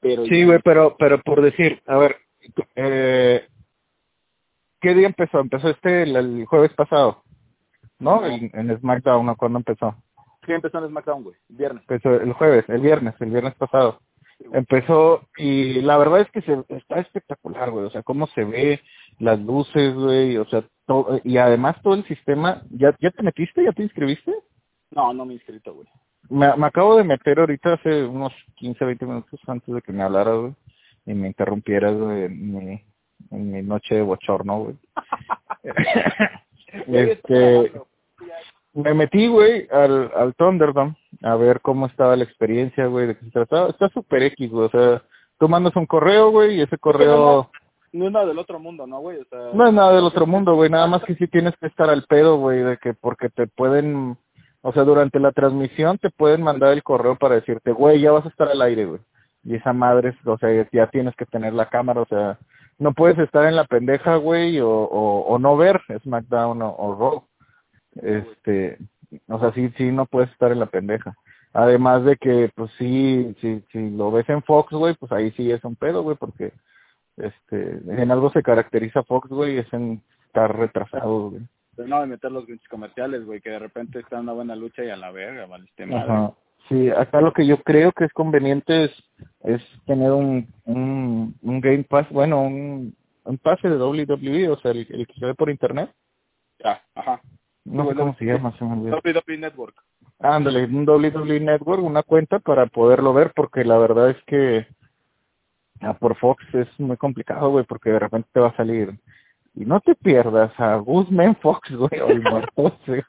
Pero sí, güey, pero por decir, a ver, ¿qué día empezó? Empezó el jueves pasado, ¿no? no, En SmackDown, ¿no? ¿Cuándo empezó? sí empezó en SmackDown, güey, viernes. Empezó el viernes pasado. Sí, güey. Empezó y la verdad es que está espectacular, güey, o sea, cómo se ve, las luces, güey, o sea, todo, y además todo el sistema, ¿ya te metiste? ¿Ya te inscribiste? No me he inscrito, güey. Me acabo de meter ahorita hace unos 15, 20 minutos antes de que me hablaras, güey, y me interrumpieras, güey, en mi noche de bochorno, güey. Me metí, güey, al Thunderdome a ver cómo estaba la experiencia, güey, de qué se trataba. Está súper X, güey, o sea, tú mandas un correo, güey, y ese correo... No es nada del otro mundo, ¿no, güey? O sea, No es nada del otro mundo, güey, nada más que sí tienes que estar al pedo, güey, de que porque te pueden... O sea, durante la transmisión te pueden mandar el correo para decirte, güey, ya vas a estar al aire, güey. Y esa madre, o sea, ya tienes que tener la cámara, o sea, no puedes estar en la pendeja, güey, o no ver SmackDown o Raw. O sea, sí, no puedes estar en la pendeja. Además de que, pues sí, si lo ves en Fox, güey, pues ahí sí es un pedo, güey, porque, en algo se caracteriza Fox, güey, es en estar retrasado, güey. Pero no de meter los grinches comerciales, güey, que de repente está en una buena lucha y a la verga, vale, madre. Ajá. Sí, acá lo que yo creo que es conveniente es tener un Game Pass, bueno, un pase de WWE, o sea, el que se ve por internet. Ya, ajá. No sé cómo se llama, se me olvidó. WWE Network. Ándale, un WWE Network, una cuenta para poderlo ver, porque la verdad es que por Fox es muy complicado, güey, porque de repente te va a salir. Y no te pierdas a Guzmán Fox, güey, o el muerto, güey.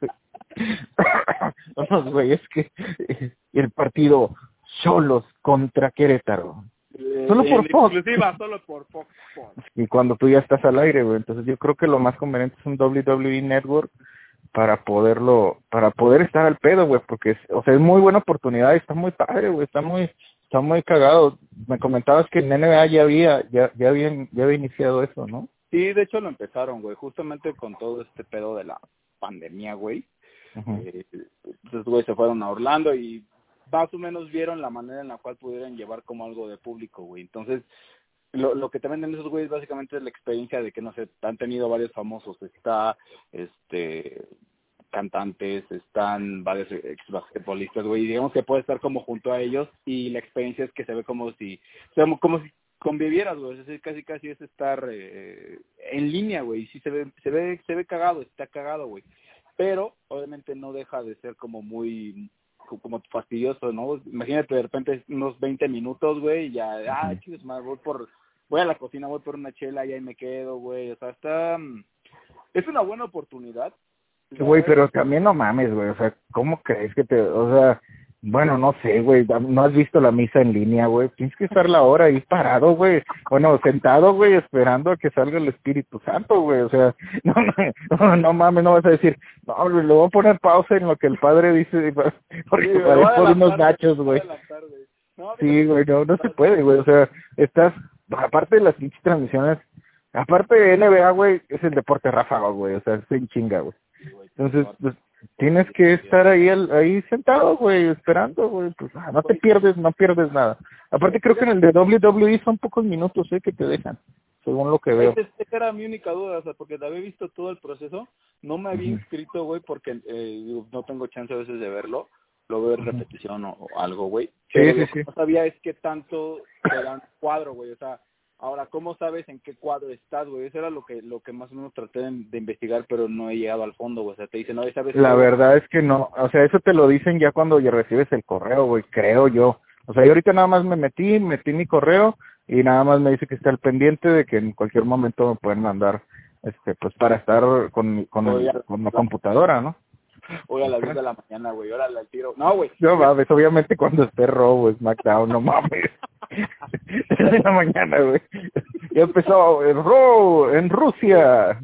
Unos güeyes que... Y el partido Xolos contra Querétaro. Solo por Fox. Exclusiva, solo por Fox. Y cuando tú ya estás al aire, güey. Entonces yo creo que lo más conveniente es un WWE Network para poder estar al pedo, güey, porque o sea, es muy buena oportunidad y está muy padre, güey, está muy cagado. Me comentabas que en NBA ya había iniciado eso, ¿no? Sí, de hecho lo empezaron, güey, justamente con todo este pedo de la pandemia, güey. Uh-huh. Entonces, güey, se fueron a Orlando y más o menos vieron la manera en la cual pudieran llevar como algo de público, güey. Entonces, lo que te venden esos güeyes básicamente es la experiencia de que, no sé, han tenido varios famosos. Está, cantantes, están varios ex basquetbolistas, güey, y digamos que puede estar como junto a ellos y la experiencia es que se ve como si convivieras, güey, es decir, casi es estar en línea, güey, y sí se ve cagado, está cagado, güey, pero obviamente no deja de ser como muy como fastidioso, ¿no? Imagínate de repente unos 20 minutos, güey, y ya, chicos, más voy a la cocina, voy por una chela y ahí me quedo, güey, o sea, es una buena oportunidad. Güey, pero también no mames, güey, o sea, ¿cómo crees que o sea, bueno, no sé, güey, no has visto la misa en línea, güey, tienes que estar la hora ahí parado, güey, bueno, sentado, güey, esperando a que salga el Espíritu Santo, güey, o sea, no mames, no vas a decir, no, güey, le voy a poner pausa en lo que el padre dice, porque para ir por unos nachos, güey. Sí, güey, no se puede, güey, o sea, aparte de las transmisiones, aparte de NBA, güey, es el deporte ráfago, güey, o sea, es en chinga, güey. Entonces, pues, tienes que estar ahí sentado, güey, esperando, güey, pues, no pierdes nada. Aparte creo que en el de WWE son pocos minutos, que te dejan, según lo que veo. Esa era mi única duda, o sea, porque te había visto todo el proceso, no me había inscrito, güey, porque no tengo chance a veces de verlo, lo veo en repetición o algo, güey. Pero lo que no sabía es que tanto te dan cuadro, güey, o sea, ahora, ¿cómo sabes en qué cuadro estás, güey? Eso era lo que más o menos traté de investigar, pero no he llegado al fondo, güey. O sea, te dicen, no, ¿sabes? La verdad es que no. O sea, eso te lo dicen ya cuando ya recibes el correo, güey, creo yo. O sea, yo ahorita nada más metí mi correo y nada más me dice que está al pendiente de que en cualquier momento me pueden mandar, pues para estar con la computadora, ¿no? Hoy a las 10 de la mañana, güey, órale al tiro. No, güey. No mames, obviamente cuando esté Raw, SmackDown, no mames. 10 de la mañana, güey. Ya empezó el Raw en Rusia.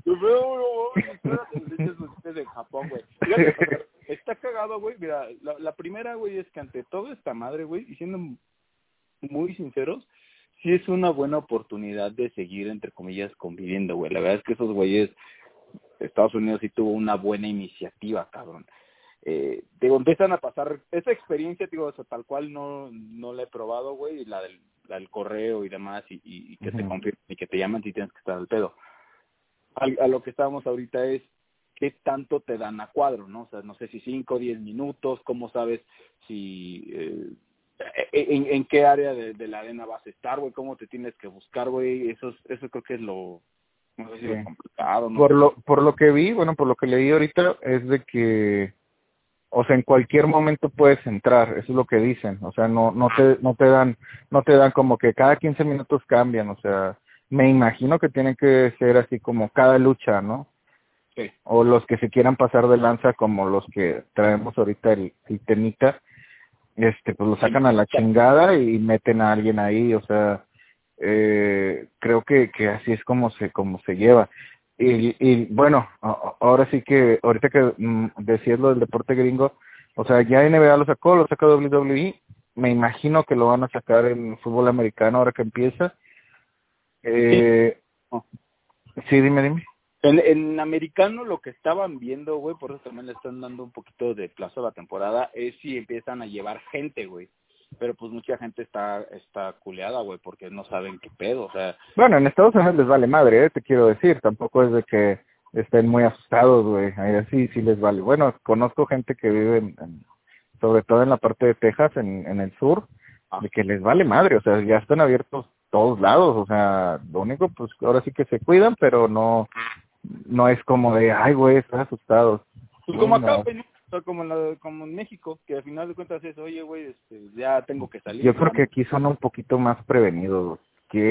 De Japón, güey. Está cagado, güey. Mira, la primera, güey, es que ante todo esta madre, güey, y siendo muy sinceros, sí es una buena oportunidad de seguir, entre comillas, conviviendo, güey. La verdad es que esos güeyes, Estados Unidos sí tuvo una buena iniciativa, cabrón. Digo, empiezan a pasar esa experiencia, digo, eso, tal cual no la he probado, güey, y la del al correo y demás y que te Ujú. confirmen y que te llaman si tienes que estar al pedo. A lo que estábamos ahorita es qué tanto te dan a cuadro, ¿no? O sea, no sé si 5 o 10 minutos, cómo sabes si en qué área de la arena vas a estar, güey, cómo te tienes que buscar, güey, eso creo que es lo, no sé si Sí. lo complicado, no Por sé. lo que vi, bueno, por lo que leí ahorita, es de que, o sea, en cualquier momento puedes entrar, eso es lo que dicen, o sea, no te dan como que cada 15 minutos cambian, o sea, me imagino que tienen que ser así como cada lucha, ¿no? Sí. O los que se quieran pasar de lanza como los que traemos ahorita el temita, pues lo sacan a la chingada y meten a alguien ahí, o sea, creo que así es como se lleva. Y bueno, ahora sí que, ahorita que decías lo del deporte gringo, o sea, ya NBA lo sacó, lo saca WWE, me imagino que lo van a sacar en fútbol americano ahora que empieza. Sí. Sí, dime. En americano lo que estaban viendo, güey, por eso también le están dando un poquito de plazo a la temporada, es si empiezan a llevar gente, güey. Pero pues mucha gente está culeada, güey, porque no saben qué pedo, o sea, Bueno, en Estados Unidos les vale madre, te quiero decir, tampoco es de que estén muy asustados, güey, ahí sí les vale. Bueno, conozco gente que vive sobre todo en la parte de Texas, en el sur, ah, de que les vale madre, o sea, ya están abiertos todos lados, o sea, lo único, pues ahora sí que se cuidan, pero no es como de, ay, güey, están asustados. pues Sí, como acá, no. güey, ¿no? O sea, como en México, que al final de cuentas es, oye, güey, ya tengo que Yo salir, creo ya que aquí son un poquito más prevenidos, güey.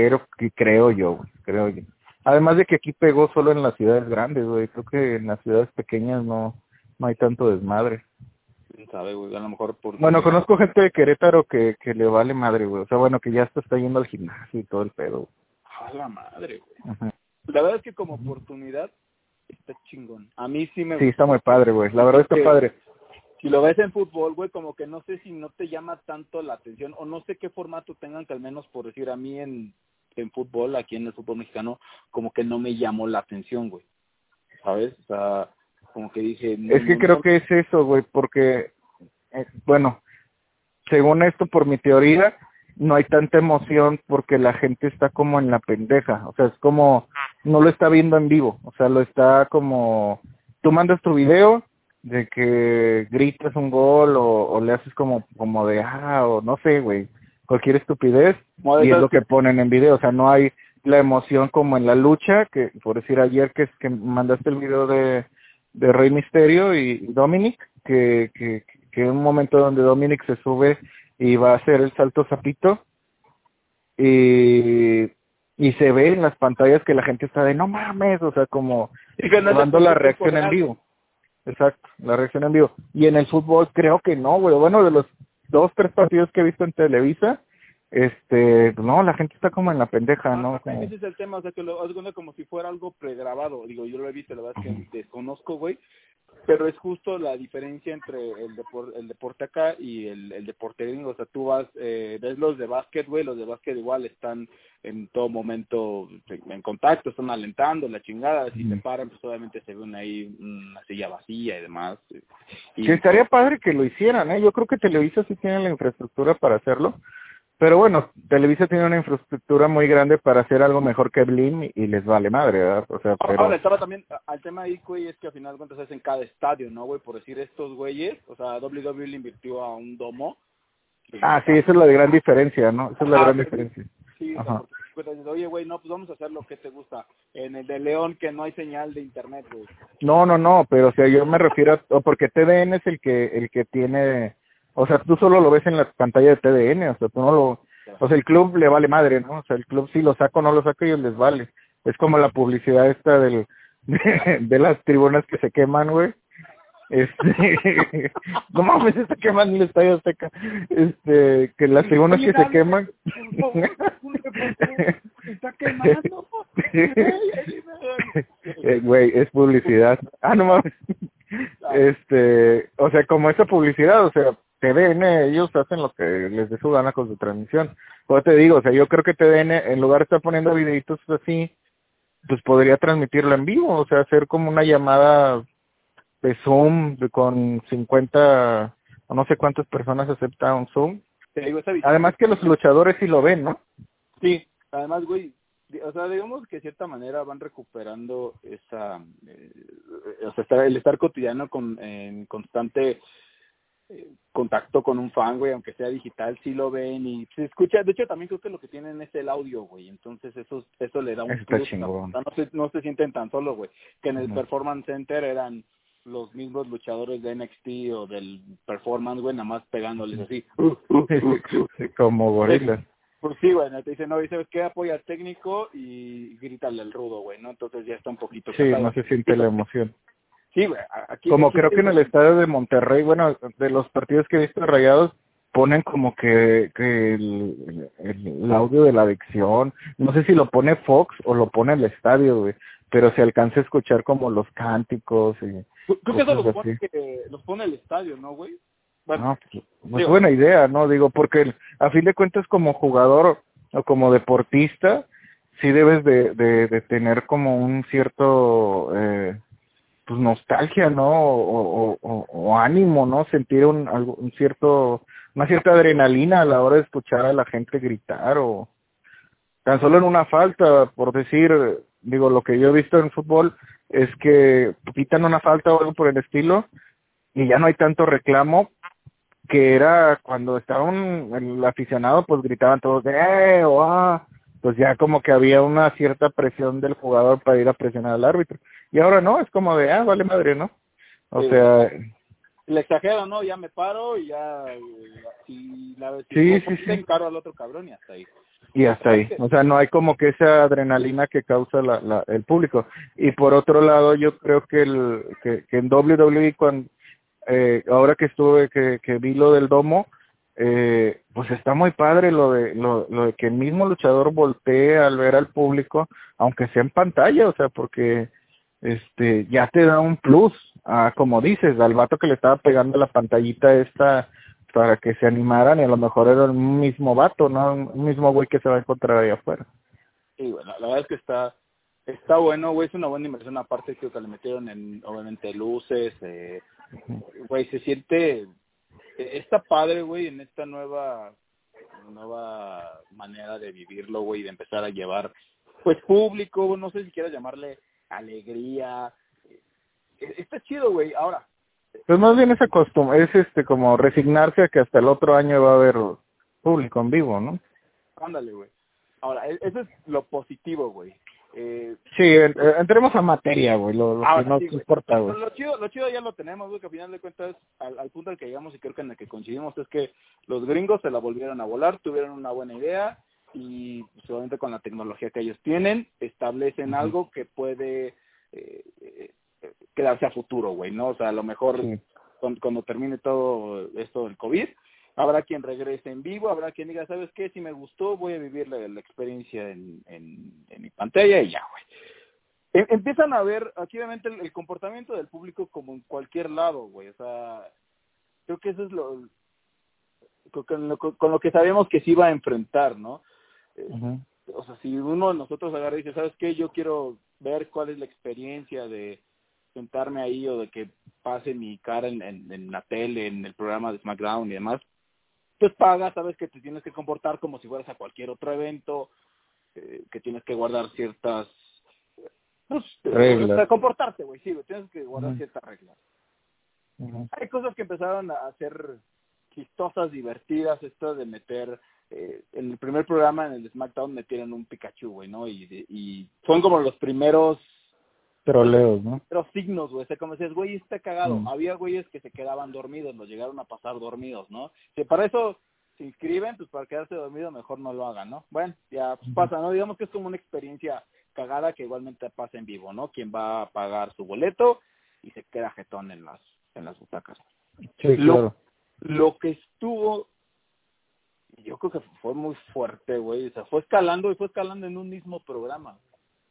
Creo yo, creo yo. Además de que aquí pegó solo en las ciudades grandes, güey. Creo que en las ciudades pequeñas no hay tanto desmadre. quién sabe, güey, a lo mejor Bueno, porque conozco gente de Querétaro que le vale madre, güey. O sea, bueno, que ya está yendo al gimnasio y todo el pedo. a la madre, güey. Ajá. La verdad es que como oportunidad está chingón. A mí sí me Sí, está gustó. muy padre, güey. La verdad está Que padre. si lo ves en fútbol, güey, como que no sé si no te llama tanto la atención o no sé qué formato tengan, que al menos por decir a mí en fútbol, aquí en el fútbol mexicano, como que no me llamó la atención, güey, ¿sabes? O sea, como que dije, Es que creo no, que es eso, güey, porque, bueno, según esto, por mi teoría, no hay tanta emoción porque la gente está como en la pendeja, o sea, es como, no lo está viendo en vivo, o sea, lo está como, tú mandas tu video de que gritas un gol o le haces como de, o no sé, güey, cualquier estupidez, como de y es esas lo que ponen en video, o sea, no hay la emoción como en la lucha, que por decir ayer que mandaste el video de Rey Misterio y Dominic, que un momento donde Dominic se sube y va a hacer el salto zapito y, y se ve en las pantallas que la gente está de no mames, o sea, como y que no es de grabando la tiempo reacción en real, güey. vivo. Exacto, la reacción en vivo. Y en el fútbol creo que no, güey. Bueno, de los 2, 3 partidos que he visto en Televisa, pues no, la gente está como en la pendeja, ¿no? Como, Ese es el tema, o sea, que lo haz de cuenta como si fuera algo pregrabado. Digo, yo lo he visto, la verdad es que desconozco, güey, pero es justo la diferencia entre el deporte acá y el deporte gringo. O sea, tú ves los de básquet, güey, los de básquet igual están en todo momento en contacto, están alentando, la chingada, si se paran, pues obviamente se ven ahí una silla vacía y demás. que Y estaría padre que lo hicieran, ¿eh? Yo creo que Televisa sí tiene la infraestructura para hacerlo. Pero bueno, Televisa tiene una infraestructura muy grande para hacer algo mejor que Blim y les vale madre, ¿verdad? O sea, ahora pero... estaba también al tema ahí, güey, es que al final de cuentas es en cada estadio, ¿no, güey? Por decir estos güeyes, o sea, WWE le invirtió a un domo. Pues, Ah, sí, esa es la gran diferencia, ¿no? Esa es la ajá, gran pero sí, diferencia. sí, o sea, Ajá. porque pues, dices, oye, güey, no, pues vamos a hacer lo que te gusta. En el de León, que no hay señal de internet, güey. No, pero o sea, yo me refiero o porque TDN es el que tiene, o sea, tú solo lo ves en la pantalla de TDN, o sea, tú no lo, o sea, el club le vale madre, ¿no? O sea, el club si lo saca o no lo saca, ellos les vale. Es como la publicidad esta de las tribunas que se queman, güey. No mames, se está quemando el Estadio Azteca. Que las tribunas que se queman. Por favor, un reportero, se está quemando. Güey, es publicidad. Ah, no mames. O sea, como esa publicidad, o sea, TDN, ellos hacen lo que les dé su gana con su transmisión. Como te digo, o sea, yo creo que TDN, en lugar de estar poniendo videitos así, pues podría transmitirlo en vivo, o sea, hacer como una llamada de Zoom con 50 o no sé cuántas personas acepta un Zoom. Te digo, esa visión Además que los luchadores sí lo ven, ¿no? Sí, además, güey, o sea, digamos que de cierta manera van recuperando esa, o sea, el estar cotidiano en constante contacto con un fan, güey, aunque sea digital, sí lo ven y se escucha. De hecho, también creo que lo que tienen es el audio, güey, entonces eso le da un Está plus. chingón. No se sienten tan solos, güey, que en el Performance Center eran los mismos luchadores de NXT o del Performance, güey, nada más pegándoles así. Como gorilas. Pues sí, güey, te dicen, no, ¿sabes qué? Apoya al técnico y grítale al rudo, güey, ¿no? Entonces ya está un poquito Sí, casado. no se siente la emoción. Sí, güey, aquí... Como aquí creo que en el estadio de Monterrey, bueno, de los partidos que he visto de Rayados, ponen como que el audio de la adicción, no sé si lo pone Fox o lo pone el estadio, güey, pero se alcanza a escuchar como los cánticos y creo que eso cosas los pone el estadio, ¿no, güey? Bueno, no, pues buena idea, ¿no? Digo, porque a fin de cuentas como jugador o como deportista, sí debes de tener como un cierto... pues nostalgia, ¿no? O ánimo, ¿no? Sentir una cierta adrenalina a la hora de escuchar a la gente gritar o tan solo en una falta, por decir, digo, lo que yo he visto en fútbol es que pitan una falta o algo por el estilo y ya no hay tanto reclamo que era cuando estaba el aficionado, pues gritaban todos o ah, pues ya como que había una cierta presión del jugador para ir a presionar al árbitro. Y ahora no, es como de, vale madre, ¿no? O sí, sea... Le exagero, ¿no? Ya me paro y ya, sí, encaro al otro cabrón y hasta ahí. Y hasta ahí. O sea, no hay como que esa adrenalina que causa el público. Y por otro lado, yo creo que que en WWE, cuando ahora que que vi lo del domo, pues está muy padre lo de que el mismo luchador voltee al ver al público, aunque sea en pantalla, o sea, porque ya te da un plus, como dices, al vato que le estaba pegando la pantallita esta para que se animaran y a lo mejor era el mismo vato, ¿no? Un mismo güey que se va a encontrar ahí afuera. Sí, bueno, la verdad es que está bueno, güey, es una buena inversión, aparte creo que le metieron obviamente luces, güey, se siente, está padre, güey, en esta nueva manera de vivirlo, güey, de empezar a llevar, pues, público, no sé si quieras llamarle alegría, está chido, güey. Ahora, pues más bien es como resignarse a que hasta el otro año va a haber público en vivo, ¿no? Ándale, güey. Ahora, eso es lo positivo, güey. Sí, entremos a materia, güey, lo que nos importa, güey. Lo chido ya lo tenemos, güey, que al final de cuentas, al punto al que llegamos y creo que en el que coincidimos es que los gringos se la volvieron a volar, tuvieron una buena idea y solamente con la tecnología que ellos tienen, establecen algo que puede quedarse a futuro, güey, ¿no? O sea, a lo mejor cuando termine todo esto del COVID, habrá quien regrese en vivo, habrá quien diga, ¿sabes qué? Si me gustó, voy a vivir la experiencia en mi pantalla y ya, güey. Empiezan a ver, aquí obviamente, el comportamiento del público como en cualquier lado, güey. O sea, creo que eso es con lo que sabemos que se iba a enfrentar, ¿no? O sea, si uno de nosotros agarra y dice, ¿sabes qué? Yo quiero ver cuál es la experiencia de sentarme ahí o de que pase mi cara en la tele, en el programa de SmackDown y demás, pues pagas, sabes que te tienes que comportar como si fueras a cualquier otro evento, que tienes que guardar ciertas reglas. O sea, comportarte, güey, sí, tienes que guardar ciertas reglas. Hay cosas que empezaron a ser chistosas, divertidas, esto de meter, en el primer programa, en el SmackDown, metieron un Pikachu, güey, ¿no? Y fueron como los primeros troleos, ¿no? Los signos, güey, o sea, como decías, güey, está cagado. Había güeyes que se quedaban dormidos, los llegaron a pasar dormidos, ¿no? Si para eso se inscriben, pues para quedarse dormido mejor no lo hagan, ¿no? Bueno, ya pues pasa, ¿no? Digamos que es como una experiencia cagada que igualmente pasa en vivo, ¿no? Quien va a pagar su boleto y se queda jetón en las butacas. Sí, claro. Lo que estuvo, yo creo que fue muy fuerte, güey, o sea, fue escalando en un mismo programa.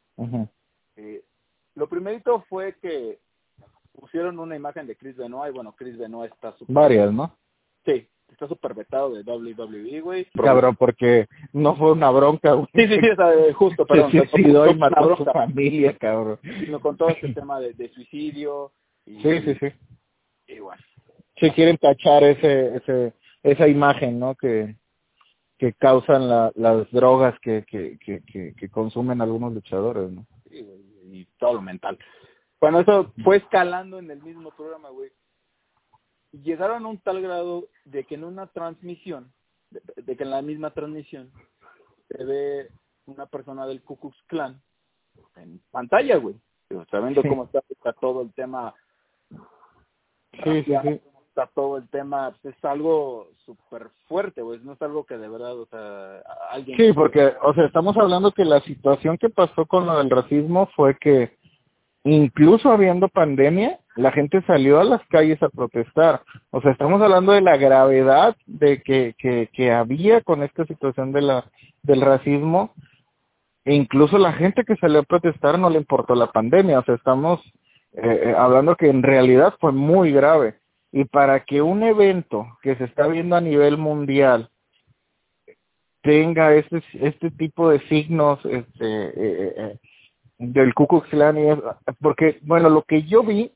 Lo primerito fue que pusieron una imagen de Chris Benoit y bueno, Chris Benoit está súper... Varias, ¿no? Sí, está súper vetado de WWE, güey. Cabrón, porque no fue una bronca, güey. Sí, o sea, justo, perdón. Se suicidó y mató a su familia, cabrón. Sino con todo este tema de suicidio. Y, sí. Y bueno. Sí quieren tachar esa imagen, ¿no? Que que causan las drogas que consumen algunos luchadores, ¿no? Sí, güey, y todo lo mental. Bueno, eso fue escalando en el mismo programa, güey. Llegaron a un tal grado de que en una transmisión, de que en la misma transmisión, se ve una persona del Ku Klux Klan en pantalla, güey. Sabiendo cómo está todo el tema. Sí. Está todo el tema, pues, es algo súper fuerte, güey. No es algo que de verdad, o sea, alguien... Sí, porque, o sea, estamos hablando que la situación que pasó con lo del racismo fue que incluso habiendo pandemia, la gente salió a las calles a protestar. O sea, estamos hablando de la gravedad de que había con esta situación del racismo, e incluso la gente que salió a protestar no le importó la pandemia. O sea, estamos hablando que en realidad fue muy grave. Y para que un evento que se está viendo a nivel mundial tenga este tipo de signos del Ku Klux Klan, porque, bueno, lo que yo vi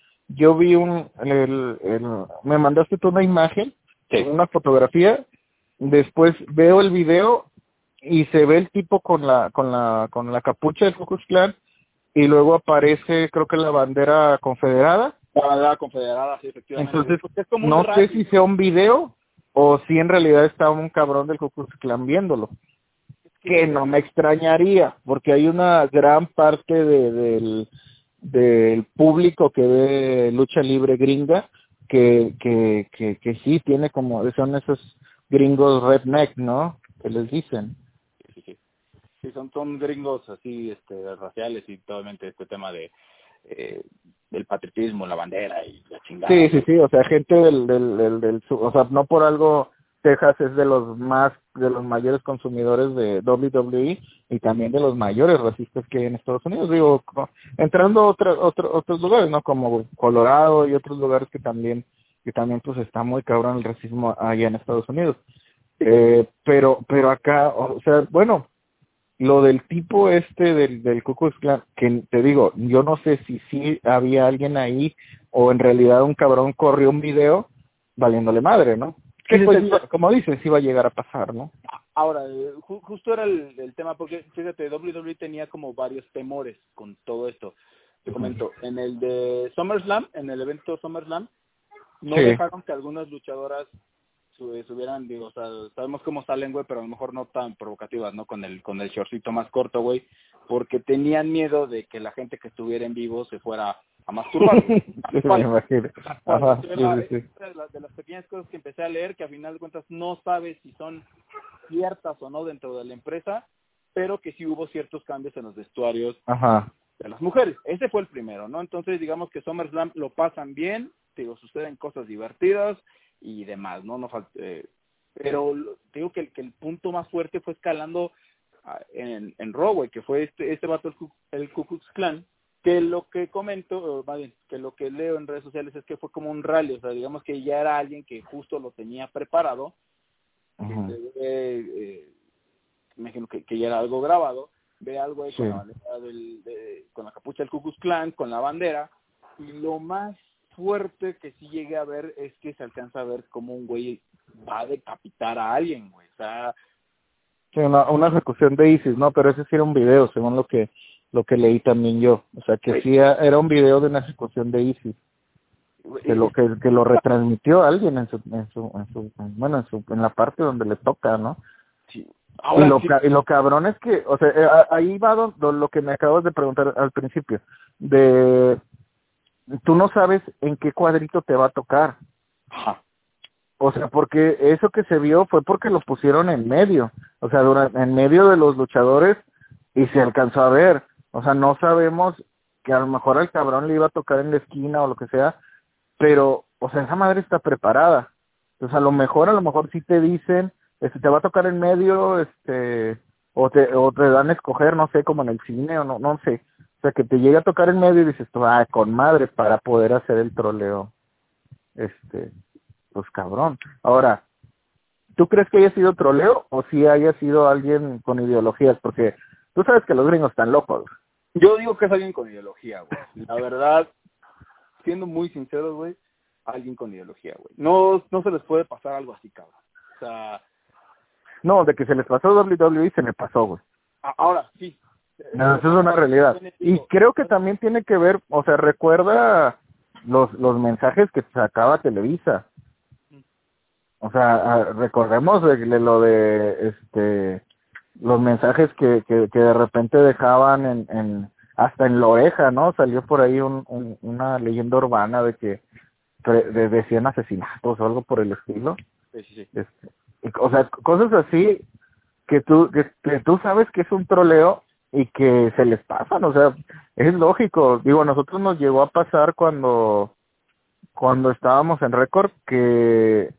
me mandaste tú una imagen, Sí. una fotografía, después veo el video y se ve el tipo con la capucha del Ku Klux Klan, y luego aparece, creo que la bandera confederada. La bandera confederada, sí, efectivamente. Entonces, Es como no un sé si sea un video o si en realidad está un cabrón del Ku Klux Klan viéndolo. Que no me extrañaría, porque hay una gran parte del público que ve lucha libre gringa que sí tiene como, son esos gringos redneck, ¿no? Que les dicen. Sí, son gringos así, raciales y totalmente este tema de del patriotismo, la bandera y la chingada. Sí, o sea, gente o sea, no por algo Texas es de los mayores consumidores de WWE y también de los mayores racistas que hay en Estados Unidos. Digo, entrando a otros lugares, ¿no? Como Colorado y otros lugares que también pues está muy cabrón el racismo allá en Estados Unidos. Pero acá, o sea, bueno, lo del tipo del Ku Klux Klan, que te digo, yo no sé si sí había alguien ahí o en realidad un cabrón corrió un video valiéndole madre, ¿no? Que pues, como dices, sí va a llegar a pasar, ¿no? Ahora, justo era el tema, porque fíjate, WWE tenía como varios temores con todo esto. Te comento, en el de SummerSlam, en el evento SummerSlam, no dejaron que algunas luchadoras subieran, digo, o sea, sabemos cómo salen, güey, pero a lo mejor no tan provocativas, ¿no? Con el shortcito más corto, güey, porque tenían miedo de que la gente que estuviera en vivo se fuera a masturbar. Sí, me imagino. Ajá, sí. De las pequeñas cosas que empecé a leer, que a final de cuentas no sabes si son ciertas o no dentro de la empresa, pero que sí hubo ciertos cambios en los vestuarios de las mujeres. Ese fue el primero, ¿no? Entonces, digamos que SummerSlam lo pasan bien, digo, suceden cosas divertidas y demás, ¿no? Pero digo que el punto más fuerte fue escalando en Raw, güey, que fue este vato, el Ku Klux Klan, que lo que comento, más bien, que lo que leo en redes sociales es que fue como un rally, o sea, digamos que ya era alguien que justo lo tenía preparado, imagino que ya era algo grabado, ve algo ahí con la bandera con la capucha del Ku Klux Klan, con la bandera, y lo más fuerte que sí llegué a ver es que se alcanza a ver como un güey va a decapitar a alguien, güey, o sea... Sí, una ejecución de ISIS, ¿no? Pero ese sí era un video, según lo que leí también yo. O sea, que sí era un video de una ejecución de ISIS. Que lo retransmitió alguien en la parte donde le toca, ¿no? Sí. Y lo cabrón es que, o sea, ahí va lo que me acabas de preguntar al principio, tú no sabes en qué cuadrito te va a tocar. Ajá. O sea, porque eso que se vio fue porque lo pusieron en medio, o sea, en medio de los luchadores y se alcanzó a ver. O sea, no sabemos que a lo mejor al cabrón le iba a tocar en la esquina o lo que sea, pero, o sea, esa madre está preparada. Entonces, a lo mejor sí te dicen, te va a tocar en medio, o te dan a escoger, no sé, como en el cine o no sé. O sea, que te llegue a tocar en medio y dices tú, con madre, para poder hacer el troleo. Pues cabrón. Ahora, ¿tú crees que haya sido troleo o si haya sido alguien con ideologías? Porque tú sabes que los gringos están locos. Yo digo que es alguien con ideología, güey. La verdad, siendo muy sinceros, güey, alguien con ideología, güey. No se les puede pasar algo así, cabrón. O sea, No, de que se les pasó WWE, se me pasó, güey. Ahora, sí. No, eso es una realidad. Y creo que también tiene que ver, o sea, recuerda los mensajes que sacaba Televisa. O sea, recordemos de lo de los mensajes que de repente dejaban hasta en la oreja, ¿no? Salió por ahí una leyenda urbana de que decían asesinatos o algo por el estilo. Sí. O sea, cosas así que tú sabes que es un troleo y que se les pasan, o sea, es lógico. Digo, a nosotros nos llegó a pasar cuando estábamos en Récord que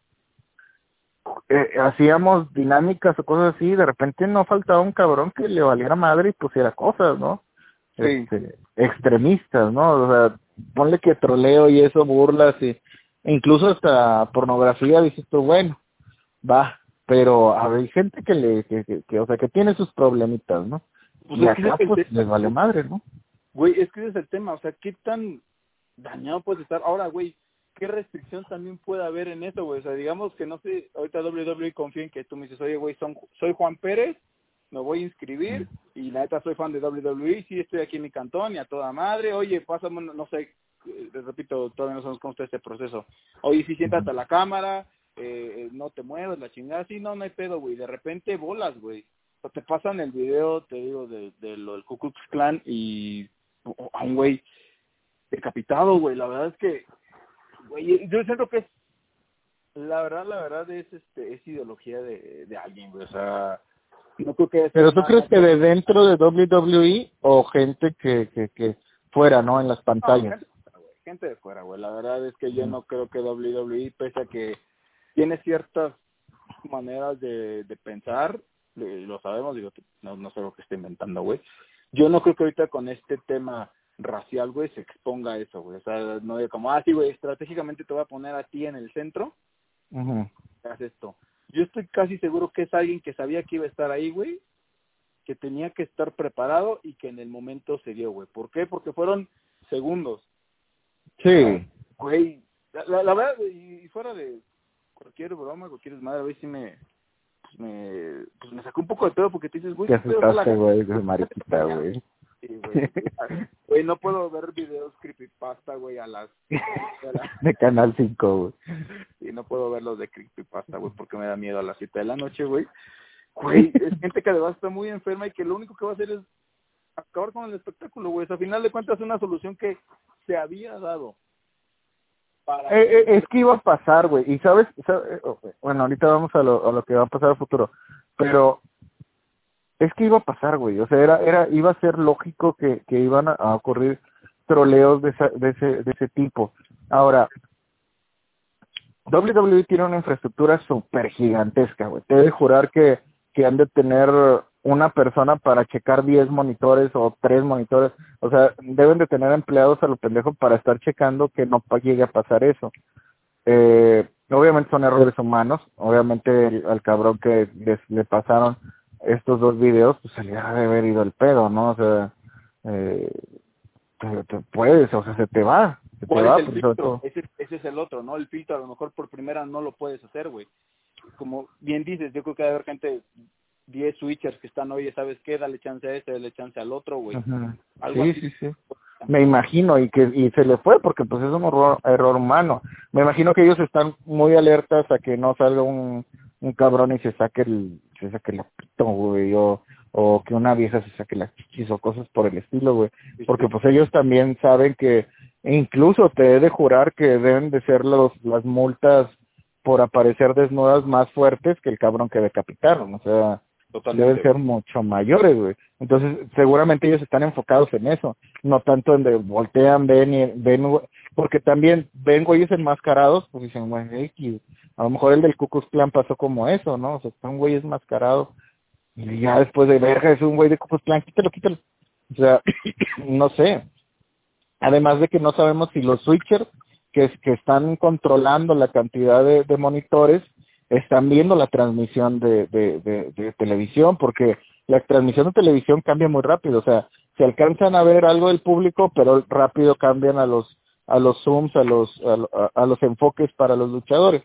hacíamos dinámicas o cosas así, y de repente no faltaba un cabrón que le valiera madre y pusiera cosas, ¿no? Sí. Extremistas, ¿no? O sea, ponle que troleo y eso, burlas e incluso hasta pornografía, dices tú, bueno, va, pero hay gente que o sea, que tiene sus problemitas, ¿no? Pues Y acá pues les vale madre, ¿no? Güey, es que ese es el tema, o sea, ¿qué tan dañado puede estar? Ahora, güey, ¿qué restricción también puede haber en eso, güey? O sea, digamos que, no sé, ahorita WWE confía en que tú me dices, oye, güey, soy Juan Pérez, me voy a inscribir, y la neta soy fan de WWE, sí estoy aquí en mi cantón, y a toda madre, oye, pásame, no sé, les repito, todavía no sabemos cómo está este proceso. Oye, si siéntate a la cámara, no te muevas, la chingada, sí, no hay pedo, güey, de repente bolas, güey. O te pasan el video, te digo, de lo del Ku Klux Klan y a un güey decapitado, güey. La verdad es que, güey, yo siento que es, la verdad es ideología de alguien, güey. O sea, no creo que... Pero tú crees que de dentro de WWE o gente que fuera, ¿no? En las pantallas. No, gente de fuera, güey. La verdad es que yo no creo que WWE, pese a que tiene ciertas maneras de pensar, lo sabemos, digo, no sé lo que estoy inventando, güey. Yo no creo que ahorita con este tema racial, güey, se exponga a eso, güey. O sea, no de como, sí, güey, estratégicamente te voy a poner a ti en el centro, haz esto. Yo estoy casi seguro que es alguien que sabía que iba a estar ahí, güey, que tenía que estar preparado y que en el momento se dio, güey. ¿Por qué? Porque fueron segundos. Sí. Güey, la verdad, y fuera de cualquier broma, cualquier desmadre, güey, sí me sacó un poco de pedo porque te dices, güey, te asustaste, güey, de mariquita, güey. Sí, güey. Güey, no puedo ver videos creepypasta, güey, de Canal 5, güey. Y no puedo ver los de creepypasta, güey, porque me da miedo a las 7 de la noche, güey. Güey, es gente que además está muy enferma y que lo único que va a hacer es acabar con el espectáculo, güey. O sea, a final de cuentas es una solución que se había dado. Es que iba a pasar, güey, y sabes, bueno, ahorita vamos a lo que va a pasar a futuro, pero es que iba a pasar, güey, o sea, iba a ser lógico que iban a ocurrir troleos de ese tipo. Ahora, WWE tiene una infraestructura súper gigantesca, güey, te he de jurar que han de tener una persona para checar 10 monitores o 3 monitores, o sea, deben de tener empleados a lo pendejo para estar checando que no llegue a pasar eso. Obviamente son errores humanos, obviamente al cabrón que le pasaron estos 2 videos, pues se le ha de haber ido el pedo, ¿no? O sea, te puedes, o sea, se te va. ¿Cuál es el filtro? Ese es el otro, ¿no? El filtro a lo mejor por primera no lo puedes hacer, güey. Como bien dices, yo creo que debe haber gente, 10 switchers que están, oye, ¿sabes qué? Dale chance a este, dale chance al otro, güey. Sí. Me imagino, y se le fue, porque pues es un error humano. Me imagino que ellos están muy alertas a que no salga un cabrón y se saque la pito, güey, o que una vieja se saque las chichis o cosas por el estilo, güey. Porque pues ellos también saben que, incluso te he de jurar que deben de ser las multas por aparecer desnudas más fuertes que el cabrón que decapitaron, o sea, totalmente, deben ser mucho mayores, güey. Entonces, seguramente ellos están enfocados en eso, no tanto en de voltean, ven, porque también ven güeyes enmascarados, pues dicen, güey, a lo mejor el del Ku Klux Klan pasó como eso, ¿no? O sea, está un güey enmascarado, y ya después de verga es un güey de Ku Klux Klan, quítalo. O sea, no sé. Además de que no sabemos si los switchers que están controlando la cantidad de monitores están viendo la transmisión de televisión, porque la transmisión de televisión cambia muy rápido, o sea, se alcanzan a ver algo del público, pero rápido cambian a los zooms, a los enfoques para los luchadores.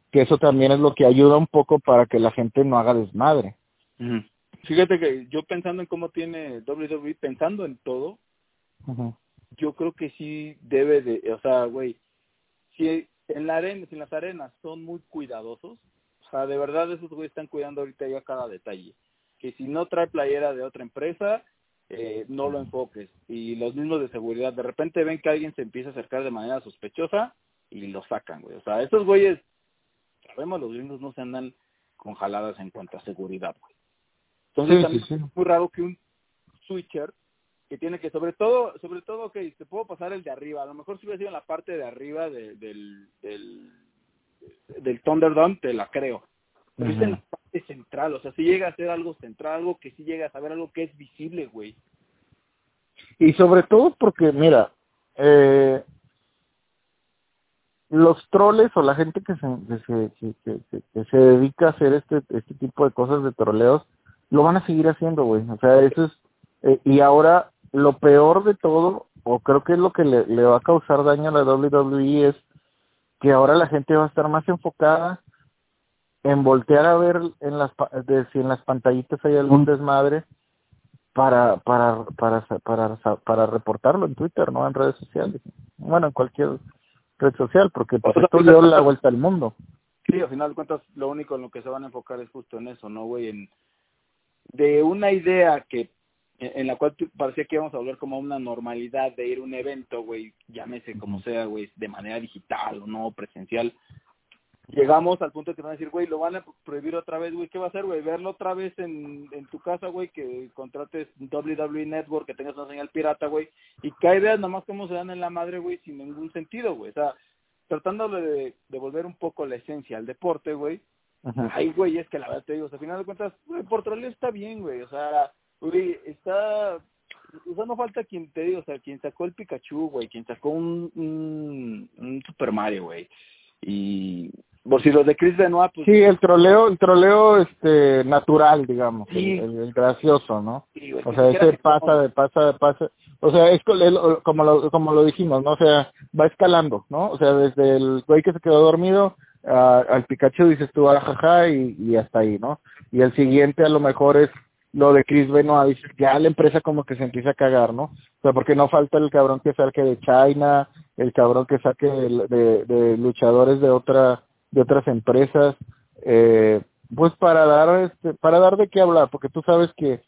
que eso también es lo que ayuda un poco para que la gente no haga desmadre. Uh-huh. Fíjate que yo pensando en cómo tiene WWE, pensando en todo, uh-huh, yo creo que sí debe de, o sea, güey, si en la arena, si en las arenas son muy cuidadosos, o sea, de verdad esos güeyes están cuidando ahorita ya cada detalle. Que si no trae playera de otra empresa, no lo enfoques. Y los mismos de seguridad, de repente ven que alguien se empieza a acercar de manera sospechosa y lo sacan, güey. O sea, estos güeyes, sabemos, los gringos no se andan con jaladas en cuanto a seguridad, güey. Entonces también es muy raro que un switcher que tiene que, sobre todo, ok, te puedo pasar el de arriba, a lo mejor si hubiera sido en la parte de arriba del Thunderdome, te la creo, pero es en la parte central, o sea, si llega a ser algo central, algo que sí llega a saber, algo que es visible, güey. Y sobre todo porque, mira, los troles o la gente que se dedica a hacer este tipo de cosas de troleos, lo van a seguir haciendo, güey, o sea, eso es, y ahora lo peor de todo, o creo que es lo que le va a causar daño a la WWE, es que ahora la gente va a estar más enfocada en voltear a ver si en las pantallitas hay algún desmadre para reportarlo en Twitter, ¿no? En redes sociales, bueno, en cualquier red social, porque pues esto dio la vuelta al mundo. Sí, al final de cuentas, lo único en lo que se van a enfocar es justo en eso, ¿no, güey? De una idea que en la cual parecía que íbamos a hablar como una normalidad de ir a un evento, güey, llámese como sea, güey, de manera digital o no, presencial. Llegamos al punto que van a decir, güey, lo van a prohibir otra vez, güey, ¿qué va a hacer, güey? Verlo otra vez en tu casa, güey, que contrates WWE Network, que tengas una señal pirata, güey, y que hay veas nomás cómo se dan en la madre, güey, sin ningún sentido, güey. O sea, tratándole de devolver un poco la esencia al deporte, güey. Ay, güey, es que la verdad te digo, o sea, al final de cuentas, güey, por troleo está bien, güey, o sea, güey, está, o sea, no falta quien te digo, o sea, quien sacó el Pikachu, güey, quien sacó un Super Mario, güey, y por si los de Chris Benoit, pues... Sí, el troleo natural, digamos, sí. el gracioso, ¿no? Sí, güey, o sea, ese pasa, o sea, es como lo dijimos, ¿no? O sea, va escalando, ¿no? O sea, desde el güey que se quedó dormido al Pikachu dices tú, jaja, y hasta ahí, ¿no? Y el siguiente a lo mejor es lo de Chris Benoit, dices, ya la empresa como que se empieza a cagar, ¿no? O sea, porque no falta el cabrón que saque de China, el cabrón que saque de luchadores de otras empresas, pues para dar de qué hablar, porque tú sabes que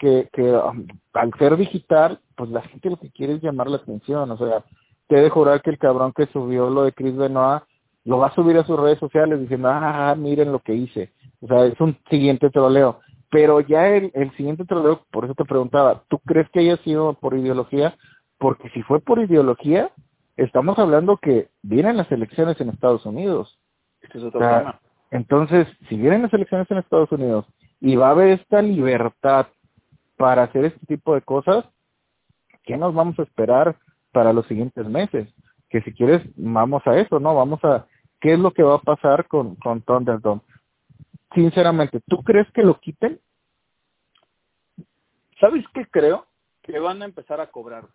al ser digital, pues la gente lo que quiere es llamar la atención, o sea, te he de jurar que el cabrón que subió lo de Chris Benoit lo va a subir a sus redes sociales diciendo, miren lo que hice, o sea, es un siguiente troleo, pero ya el siguiente troleo, por eso te preguntaba, ¿tú crees que haya sido por ideología? Porque si fue por ideología, estamos hablando que vienen las elecciones en Estados Unidos. Este es otro tema. Entonces, si vienen las elecciones en Estados Unidos y va a haber esta libertad para hacer este tipo de cosas, ¿qué nos vamos a esperar para los siguientes meses? Que si quieres, vamos a eso, ¿no? ¿qué es lo que va a pasar con Thunderdome? Sinceramente, ¿tú crees que lo quiten? ¿Sabes qué creo? Que van a empezar a cobrar.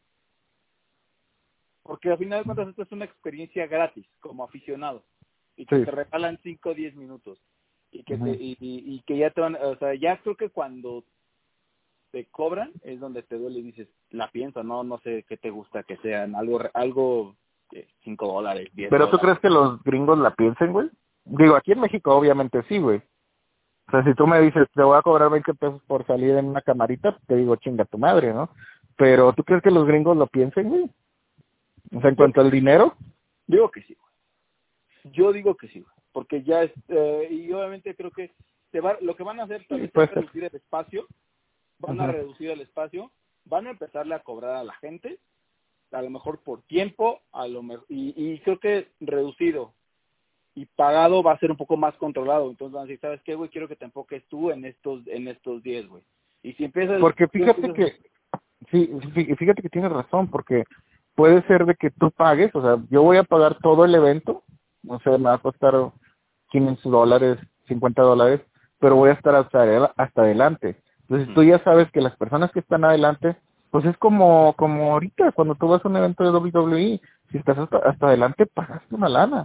Porque al final de cuentas esto es una experiencia gratis, como aficionado. Y que te regalan 5 o 10 minutos. Y que y que ya te van, o sea, ya creo que cuando te cobran es donde te duele y dices, la pienso, no sé qué te gusta que sean, algo $5, $10. ¿Pero tú crees que los gringos la piensen, güey? Digo, aquí en México obviamente sí, güey. O sea, si tú me dices, te voy a cobrar 20 pesos por salir en una camarita, te digo, chinga tu madre, ¿no? Pero ¿tú crees que los gringos lo piensen, güey? O sea, en cuanto al dinero. Digo que sí, güey. Yo digo que sí, güey. Porque ya es, y obviamente creo que lo que van a hacer tal vez es reducir el espacio, van a reducir el espacio, van a empezarle a cobrar a la gente, a lo mejor por tiempo, a lo mejor, y creo que reducido y pagado va a ser un poco más controlado. Entonces van a decir, ¿sabes qué, güey? Quiero que te enfoques tú en estos 10, güey. Y si empiezas... Porque fíjate que tienes razón, porque puede ser de que tú pagues, o sea, yo voy a pagar todo el evento, o sea, me va a costar $500, $50, pero voy a estar hasta adelante. Entonces tú ya sabes que las personas que están adelante, pues es como ahorita, cuando tú vas a un evento de WWE, si estás hasta adelante, pagaste una lana.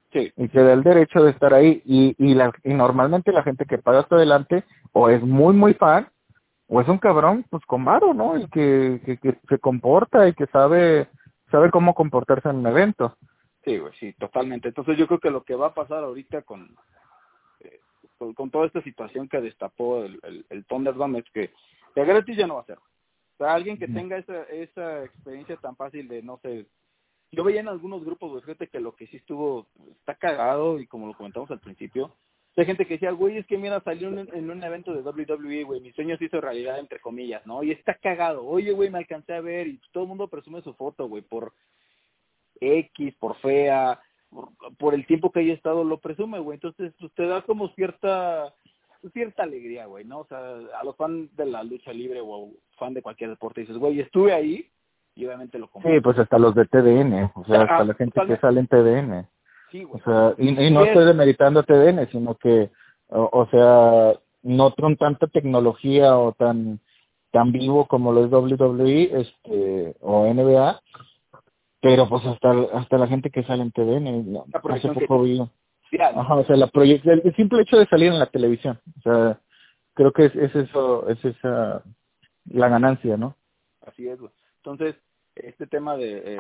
Sí. y que da el derecho de estar ahí, y normalmente la gente que paga hasta adelante o es muy muy fan o es un cabrón pues con varo, ¿no? Y que se comporta y que sabe cómo comportarse en un evento. Sí, güey, sí, totalmente. Entonces yo creo que lo que va a pasar ahorita eh, con toda esta situación que destapó el Thunderdome es que gratis ya no va a ser. O sea, alguien que tenga esa experiencia tan fácil de, no sé, yo veía en algunos grupos, güey, fíjate que lo que sí está cagado, y como lo comentamos al principio, hay gente que decía, güey, es que mira, salió en un evento de WWE, güey, mi sueño se hizo realidad, entre comillas, ¿no? Y está cagado. Oye, güey, me alcancé a ver, y todo el mundo presume su foto, güey, por X, por fea, por el tiempo que haya estado, lo presume, güey. Entonces, pues, te da como cierta alegría, güey, ¿no? O sea, a los fans de la lucha libre o fan de cualquier deporte dices, güey, estuve ahí y obviamente lo compré. Sí, pues hasta los de TDN, o sea, hasta la gente totalmente. que sale en TDN. Sí, güey. O sea, y no estoy demeritando a TDN, sino que, o sea, no con tanta tecnología o tan vivo como lo es WWE, o NBA, pero pues hasta la gente que sale en TVN, ¿no? La Hace proyección poco vi, ya, ¿no? ajá, o sea, el simple hecho de salir en la televisión, o sea, creo que es eso, es esa la ganancia, ¿no? Así es, güey. Entonces, este tema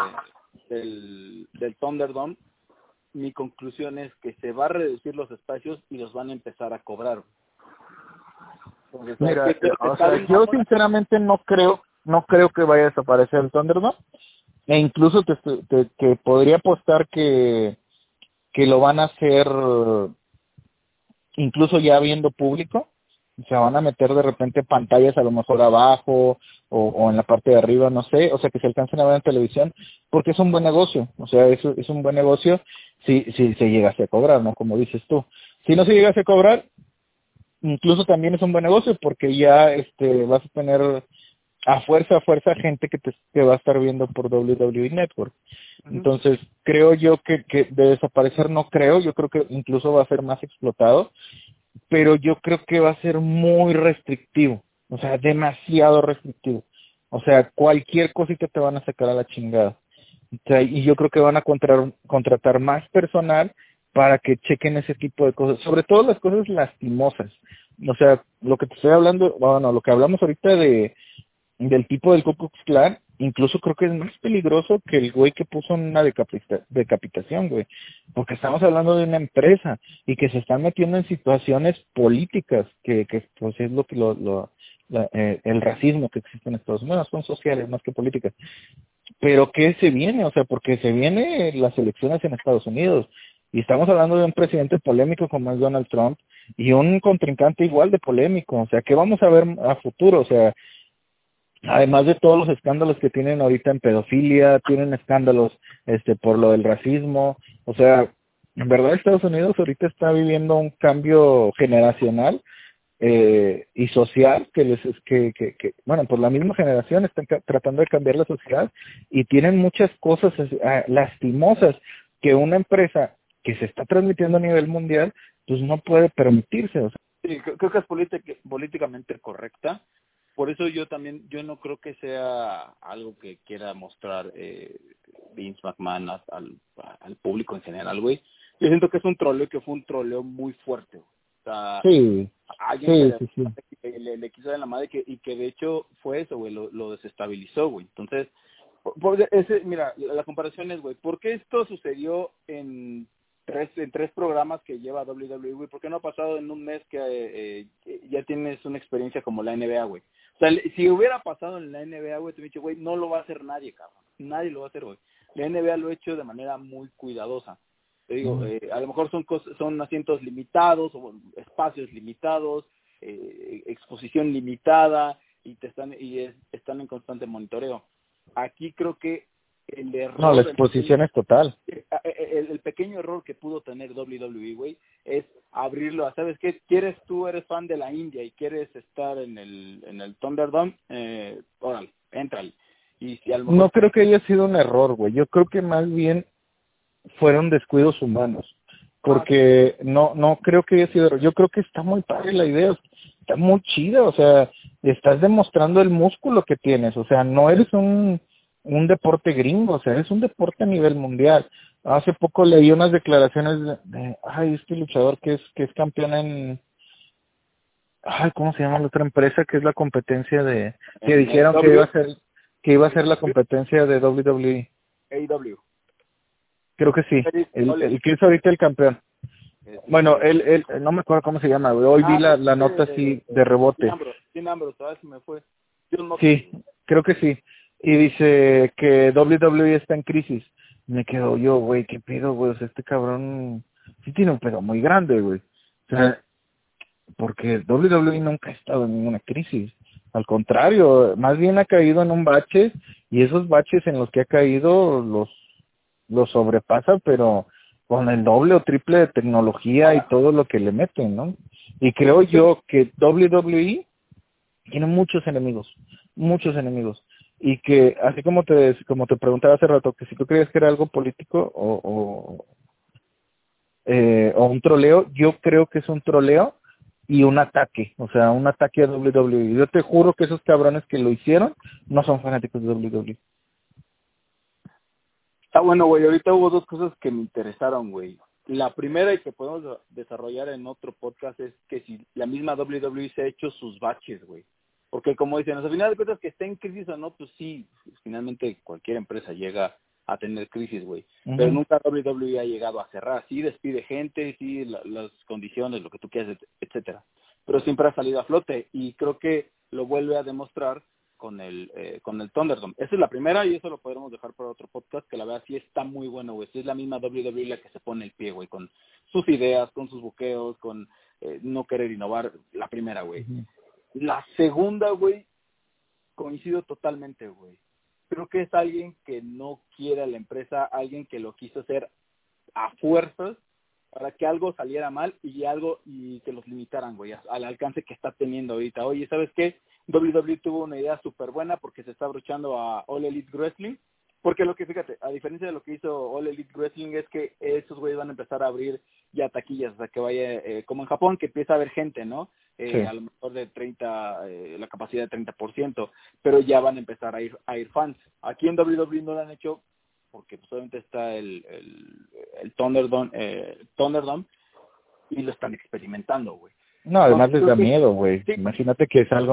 del Thunderdome, mi conclusión es que se va a reducir los espacios y los van a empezar a cobrar. Entonces, Mira, o sea, yo sinceramente no creo que vaya a desaparecer el Thunderdome, e incluso que podría apostar que lo van a hacer incluso ya viendo público, se van a meter de repente pantallas a lo mejor abajo o en la parte de arriba, no sé, o sea, que se alcancen a ver en televisión, porque es un buen negocio, o sea, es un buen negocio si se llegase a cobrar, ¿no? Como dices tú. Si no se llegase a cobrar, incluso también es un buen negocio, porque ya vas a tener a fuerza gente que va a estar viendo por WWE Network. Entonces, creo yo que de desaparecer no creo, yo creo que incluso va a ser más explotado, pero yo creo que va a ser muy restrictivo, o sea, demasiado restrictivo. O sea, cualquier cosita te van a sacar a la chingada. O sea, y yo creo que van a contratar más personal para que chequen ese tipo de cosas, sobre todo las cosas lastimosas. O sea, lo que te estoy hablando, bueno, lo que hablamos ahorita del tipo del Ku Klux Klan, incluso creo que es más peligroso que el güey que puso una decapitación, güey, porque estamos hablando de una empresa y que se están metiendo en situaciones políticas que pues es lo que el racismo que existe en Estados Unidos, son sociales más que políticas. Pero ¿qué se viene? O sea, porque se vienen las elecciones en Estados Unidos y estamos hablando de un presidente polémico como es Donald Trump y un contrincante igual de polémico. O sea, ¿qué vamos a ver a futuro? O sea, además de todos los escándalos que tienen ahorita en pedofilia, tienen escándalos por lo del racismo, o sea, en verdad Estados Unidos ahorita está viviendo un cambio generacional y social bueno, por la misma generación están tratando de cambiar la sociedad y tienen muchas cosas lastimosas que una empresa que se está transmitiendo a nivel mundial pues no puede permitirse, o sea. Sí, creo que es políticamente correcta. Por eso yo no creo que sea algo que quiera mostrar Vince McMahon al público en general, güey. Yo siento que es un troleo, que fue un troleo muy fuerte. O sea, Sí, alguien sí. le quiso dar la madre y que de hecho fue eso, güey, lo desestabilizó, güey. Entonces, mira, la comparación es, güey, ¿por qué esto sucedió en tres programas que lleva WWE, güey? ¿Por qué no ha pasado en un mes que ya tienes una experiencia como la NBA, güey? O sea, si hubiera pasado en la NBA, güey, te he dicho, güey, no lo va a hacer nadie, cabrón. Nadie lo va a hacer, güey. La NBA lo ha hecho de manera muy cuidadosa. Te digo, a lo mejor son asientos limitados o espacios limitados, exposición limitada y están en constante monitoreo. Aquí creo que el error... No, la exposición es total. El pequeño error que pudo tener WWE, güey, es abrirlo a, ¿sabes qué? Eres fan de la India y quieres estar en el Thunderdome, órale, éntrale. Y si a lo mejor... No creo que haya sido un error, güey. Yo creo que más bien fueron descuidos humanos. Porque no creo que haya sido error. Yo creo que está muy padre la idea. Está muy chida, o sea, estás demostrando el músculo que tienes. O sea, no eres un deporte gringo, o sea, es un deporte a nivel mundial. Hace poco leí unas declaraciones ay, este luchador que es campeón en, ay, ¿cómo se llama la otra empresa que es la competencia de, que dijeron que iba a ser la competencia de WWE? AEW. Creo que sí, el que es ahorita el campeón. Bueno, él, no me acuerdo cómo se llama, güey. Hoy vi la nota así de rebote. Sin Ambrose, ¿sabes? Se me fue. Sí, creo que sí. Y dice que WWE está en crisis. Me quedo yo, güey, ¿qué pedo, güey? O sea, este cabrón sí tiene un pedo muy grande, güey. O sea, porque WWE nunca ha estado en ninguna crisis. Al contrario, más bien ha caído en un bache, y esos baches en los que ha caído los sobrepasa, pero con el doble o triple de tecnología y todo lo que le meten, ¿no? Y creo yo que WWE tiene muchos enemigos, y que así como te preguntaba hace rato, que si tú creías que era algo político o un troleo, yo creo que es un troleo y un ataque, o sea, un ataque a WWE. Yo te juro que esos cabrones que lo hicieron no son fanáticos de WWE. Ah, bueno, güey, ahorita hubo dos cosas que me interesaron, güey. La primera, y que podemos desarrollar en otro podcast, es que si la misma WWE se ha hecho sus baches, güey. Porque como dicen, al final de cuentas que esté en crisis o no, pues sí, finalmente cualquier empresa llega a tener crisis, güey. Uh-huh. Pero nunca WWE ha llegado a cerrar. Sí despide gente, sí las condiciones, lo que tú quieras, etcétera. Pero siempre ha salido a flote, y creo que lo vuelve a demostrar con el Thunderdome. Esa es la primera, y eso lo podremos dejar para otro podcast, que la verdad sí está muy bueno, güey. Sí es la misma WWE la que se pone el pie, güey, con sus ideas, con sus buqueos, con no querer innovar. La primera, güey. Uh-huh. La segunda, güey, coincido totalmente, güey. Creo que es alguien que no quiere a la empresa, alguien que lo quiso hacer a fuerzas para que algo saliera mal y que los limitaran, güey, al alcance que está teniendo ahorita. Oye, ¿sabes qué? WWE tuvo una idea súper buena porque se está abrochando a All Elite Wrestling, porque fíjate, a diferencia de lo que hizo All Elite Wrestling, es que esos güeyes van a empezar a abrir ya taquillas, o sea, que vaya, como en Japón, que empieza a haber gente, ¿no? Sí. A lo mejor de 30, la capacidad de 30%, pero ya van a empezar a ir fans. Aquí en WWE no lo han hecho porque pues obviamente está el Thunderdome, y lo están experimentando, güey. No, además les da miedo, güey. Sí. Imagínate que salga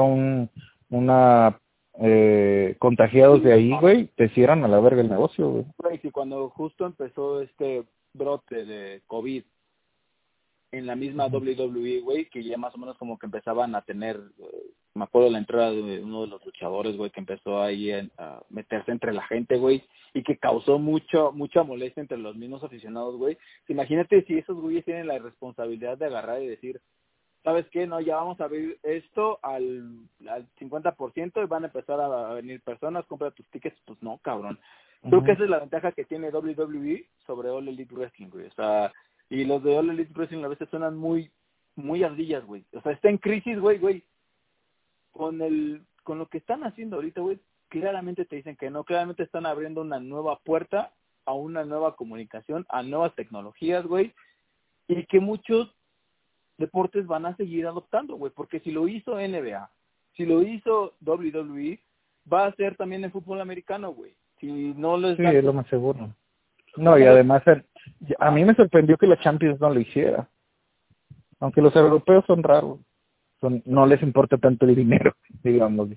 contagiados de ahí, güey, te cierran a la verga el negocio, güey. Güey, sí, cuando justo empezó este brote de COVID en la misma WWE, güey, que ya más o menos como que empezaban a tener, me acuerdo la entrada de uno de los luchadores, güey, que empezó ahí a meterse entre la gente, güey, y que causó mucha molestia entre los mismos aficionados, güey. Imagínate si esos güeyes tienen la responsabilidad de agarrar y decir, ¿sabes qué? No, ya vamos a abrir esto al 50% y van a empezar a venir personas, compra tus tickets. Pues no, cabrón. Creo que esa es la ventaja que tiene WWE sobre All Elite Wrestling, güey. O sea, y los de All Elite Wrestling a veces suenan muy ardillas, güey. O sea, está en crisis, güey. Con lo que están haciendo ahorita, güey, claramente te dicen que no. Claramente están abriendo una nueva puerta a una nueva comunicación, a nuevas tecnologías, güey. Y que muchos deportes van a seguir adoptando, güey, porque si lo hizo NBA, si lo hizo WWE, va a ser también en fútbol americano, güey. Si no les es lo más seguro. No, y además a mí me sorprendió que la Champions no lo hiciera. Aunque los europeos son raros, no les importa tanto el dinero, digamos.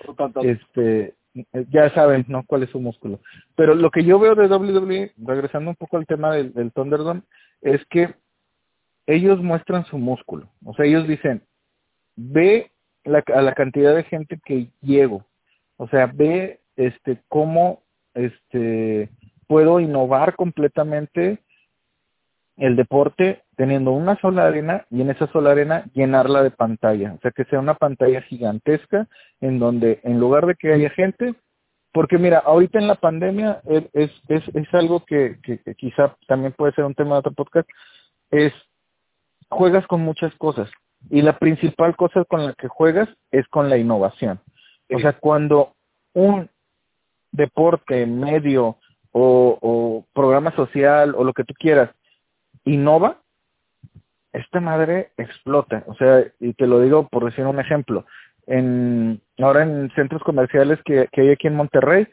Ya saben, ¿no?, cuál es su músculo. Pero lo que yo veo de WWE, regresando un poco al tema del Thunderdome, es que ellos muestran su músculo. O sea, ellos dicen, ve a la cantidad de gente que llego. O sea, ve cómo puedo innovar completamente el deporte teniendo una sola arena, y en esa sola arena llenarla de pantalla. O sea, que sea una pantalla gigantesca en donde, en lugar de que haya gente, porque mira, ahorita en la pandemia es algo que quizá también puede ser un tema de otro podcast, juegas con muchas cosas, y la principal cosa con la que juegas es con la innovación. O sea, cuando un deporte, medio o programa social o lo que tú quieras innova, esta madre explota. O sea, y te lo digo por decir un ejemplo, ahora en centros comerciales que hay aquí en Monterrey,